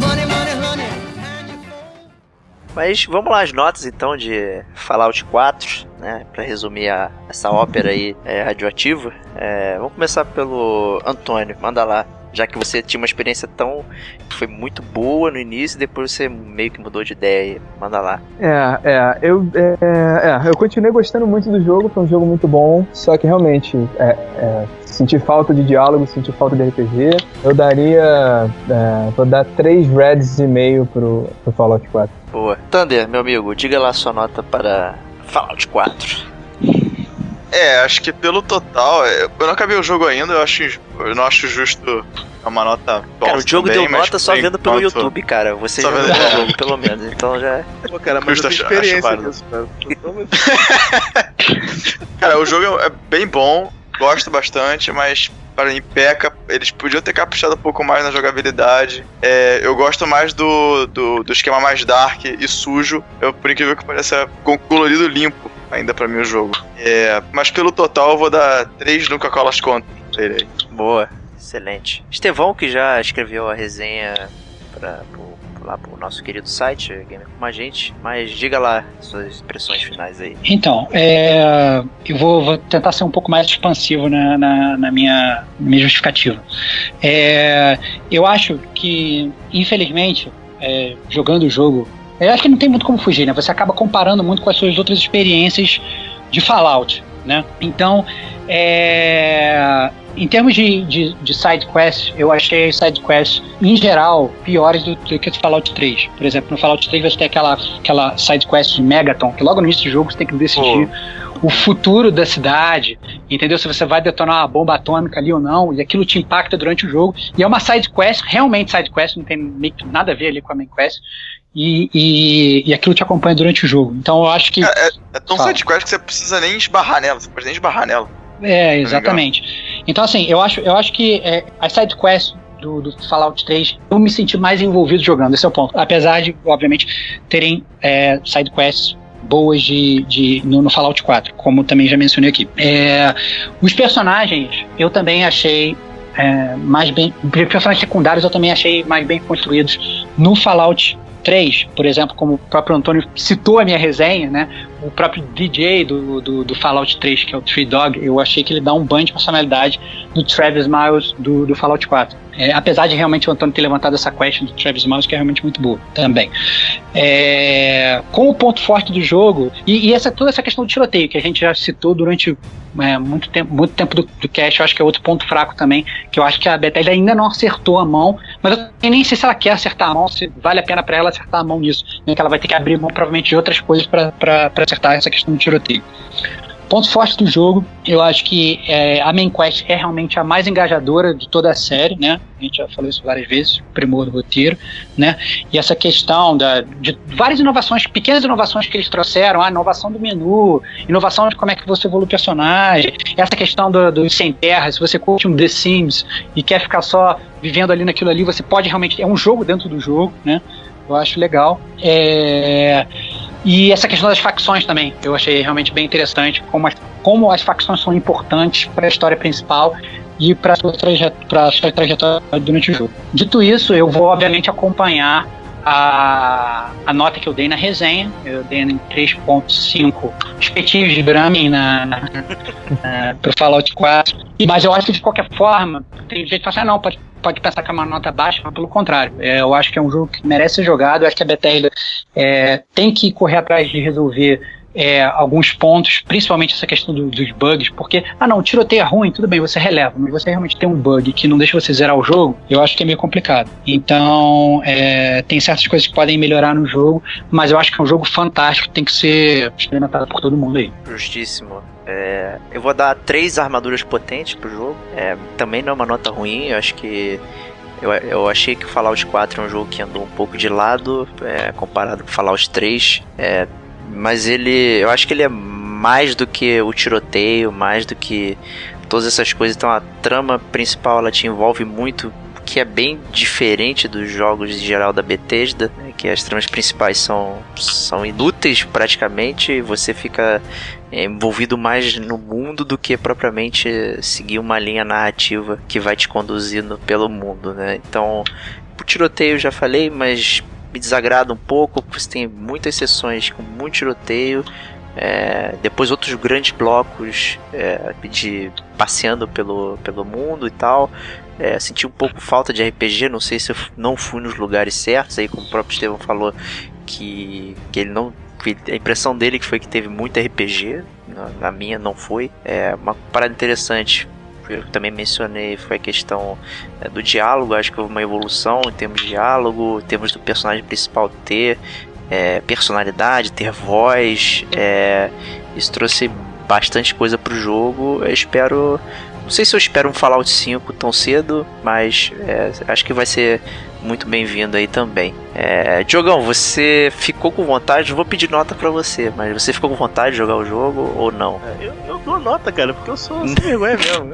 C: Mas vamos lá, as notas então de Fallout 4, né, pra resumir essa ópera aí radioativa. Vamos começar pelo Antônio, manda lá. Já que você tinha uma experiência foi muito boa no início, depois você meio que mudou de ideia. Manda lá.
E: Eu continuei gostando muito do jogo, foi um jogo muito bom, só que realmente senti falta de diálogo, senti falta de RPG. Eu vou dar 3 Reds e meio pro Fallout 4.
C: Boa. Thunder, meu amigo, diga lá a sua nota para Fallout 4.
F: Acho que pelo total, eu não acabei o jogo ainda, eu não acho justo uma nota.
C: Cara, o jogo deu nota só vendo pelo YouTube, cara. Você já viu o jogo, pelo menos, então já.
D: Pô, cara, mas eu tenho experiência nisso, cara.
F: Cara, o jogo é bem bom, gosto bastante, mas para mim peca. Eles podiam ter caprichado um pouco mais na jogabilidade. Eu gosto mais do esquema mais dark e sujo. Por incrível que pareça, com colorido limpo ainda pra mim o jogo. Mas pelo total eu vou dar 3 Nuka-Colas contra ele aí.
C: Boa, excelente. Estevão, que já escreveu a resenha lá pro nosso querido site, Gamer Como a Gente, mas diga lá suas expressões finais aí.
H: Então, eu vou tentar ser um pouco mais expansivo na minha justificativa. Eu acho que, infelizmente, jogando o jogo, eu acho que não tem muito como fugir, né? Você acaba comparando muito com as suas outras experiências de Fallout, né? Então, em termos de side quests, eu achei as side quests, em geral, piores do que o Fallout 3. Por exemplo, no Fallout 3 você tem aquela side quest de Megaton, que logo no início do jogo você tem que decidir o futuro da cidade, entendeu? Se você vai detonar uma bomba atômica ali ou não, e aquilo te impacta durante o jogo. E é uma side quest, realmente side quest, não tem meio que nada a ver ali com a main quest. E aquilo te acompanha durante o jogo. Então eu acho que...
F: É tão side quest que você precisa nem esbarrar nela. Você pode nem esbarrar nela.
H: Exatamente. Então assim, eu acho que as side quests do Fallout 3, eu me senti mais envolvido jogando, esse é o ponto. Apesar de, obviamente, terem side quests boas no Fallout 4, como também já mencionei aqui. Os personagens, eu também achei mais bem... Os personagens secundários eu também achei mais bem construídos no Fallout 3, por exemplo, como o próprio Antônio citou a minha resenha, né? O próprio DJ do Fallout 3, que é o Tree Dog, eu achei que ele dá um banho de personalidade do Travis Miles do Fallout 4. Apesar de realmente o Antônio ter levantado essa quest do Travis Miles, que é realmente muito boa também. Com o ponto forte do jogo, e toda essa questão do tiroteio, que a gente já citou durante muito tempo do cast, eu acho que é outro ponto fraco também, que eu acho que a Bethesda ainda não acertou a mão, mas eu nem sei se ela quer acertar a mão, se vale a pena para ela acertar a mão nisso, né, que ela vai ter que abrir mão provavelmente de outras coisas para acertar essa questão do tiroteio. Ponto forte do jogo, eu acho que a main quest é realmente a mais engajadora de toda a série, né? A gente já falou isso várias vezes, primor do roteiro, né? E essa questão de várias inovações, pequenas inovações que eles trouxeram, a inovação do menu, inovação de como é que você evolui o personagem, essa questão do sem terra, se você curte um The Sims e quer ficar só vivendo ali naquilo ali, você pode realmente... É um jogo dentro do jogo, né? Eu acho legal. E essa questão das facções também, eu achei realmente bem interessante, como as facções são importantes para a história principal e para a sua trajetória durante o jogo. Dito isso, eu vou obviamente acompanhar a nota que eu dei na resenha. Eu dei em 3.5 espetinhos de Brahmin pro Fallout 4. Mas eu acho que de qualquer forma, tem gente que fala assim, não, pode pensar que é uma nota baixa, mas pelo contrário. Eu acho que é um jogo que merece ser jogado. Eu acho que a Bethesda tem que correr atrás de resolver alguns pontos, principalmente essa questão dos bugs, porque, o tiroteio é ruim, tudo bem, você releva, mas você realmente tem um bug que não deixa você zerar o jogo, eu acho que é meio complicado. Então, tem certas coisas que podem melhorar no jogo, mas eu acho que é um jogo fantástico, tem que ser experimentado por todo mundo aí.
C: Justíssimo. Eu vou dar 3 armaduras potentes pro jogo. Também não é uma nota ruim, eu acho que eu achei que o Fallout 4 é um jogo que andou um pouco de lado comparado com o Fallout 3, mas eu acho que ele é mais do que o tiroteio, mais do que todas essas coisas. Então a trama principal ela te envolve muito, que é bem diferente dos jogos em geral da Bethesda, né, que as tramas principais são inúteis praticamente, e você fica envolvido mais no mundo do que propriamente seguir uma linha narrativa que vai te conduzindo pelo mundo, né? Então, o tiroteio eu já falei, mas me desagrada um pouco, porque você tem muitas sessões com muito tiroteio, Depois outros grandes blocos de passeando pelo mundo e tal. Senti um pouco falta de RPG, não sei se eu não fui nos lugares certos, aí como o próprio Estevão falou que ele não... A impressão dele foi que teve muito RPG, na minha não foi. Uma parada interessante, eu também mencionei, foi a questão do diálogo. Acho que houve uma evolução em termos de diálogo, em termos do personagem principal ter personalidade, ter voz. Isso trouxe bastante coisa pro jogo. Eu espero... Não sei se eu espero um Fallout 5 tão cedo, mas acho que vai ser muito bem-vindo aí também. Diogão, você ficou com vontade? Não vou pedir nota pra você, mas você ficou com vontade de jogar o jogo ou não?
D: Eu dou nota, cara, porque eu sou sem vergonha mesmo.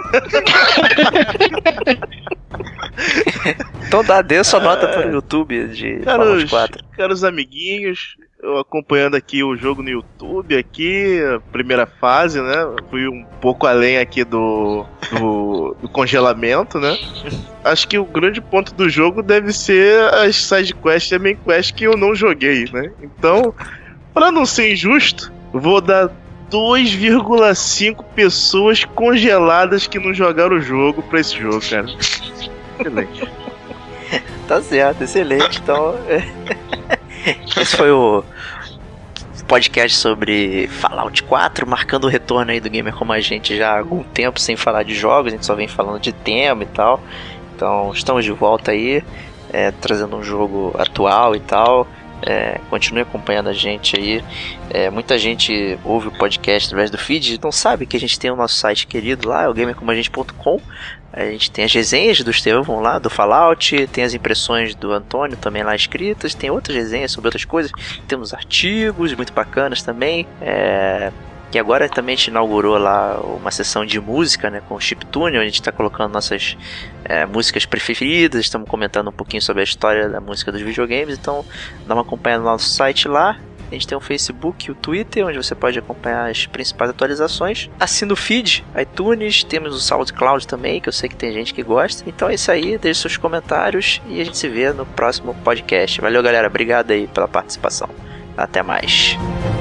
C: Então dê sua nota para o YouTube de Fallout 4.
D: Caros amiguinhos, eu acompanhando aqui o jogo no YouTube, aqui, a primeira fase, né? Fui um pouco além aqui do congelamento, né? Acho que o grande ponto do jogo deve ser as sidequests e a main quest que eu não joguei, né? Então, pra não ser injusto, vou dar 2,5 pessoas congeladas que não jogaram o jogo pra esse jogo, cara. Excelente.
C: Tá certo, excelente. Então, esse foi o podcast sobre Fallout 4, marcando o retorno aí do Gamer Como a Gente já há algum tempo sem falar de jogos, a gente só vem falando de tema e tal. Então estamos de volta aí, trazendo um jogo atual e tal. Continue acompanhando a gente aí. Muita gente ouve o podcast através do feed, não sabe que a gente tem o nosso site querido lá, é o gamercomagente.com. A gente tem as resenhas do Estevão lá, do Fallout, tem as impressões do Antônio também lá escritas, tem outras resenhas sobre outras coisas, temos artigos muito bacanas também, que agora também a gente inaugurou lá uma seção de música, né, com o Chiptune, onde a gente está colocando nossas músicas preferidas, estamos comentando um pouquinho sobre a história da música dos videogames, então dá uma acompanhada no nosso site lá. A gente tem o Facebook e o Twitter, onde você pode acompanhar as principais atualizações. Assina o feed, iTunes, temos o SoundCloud também, que eu sei que tem gente que gosta. Então é isso aí, deixe seus comentários e a gente se vê no próximo podcast. Valeu, galera, obrigado aí pela participação. Até mais.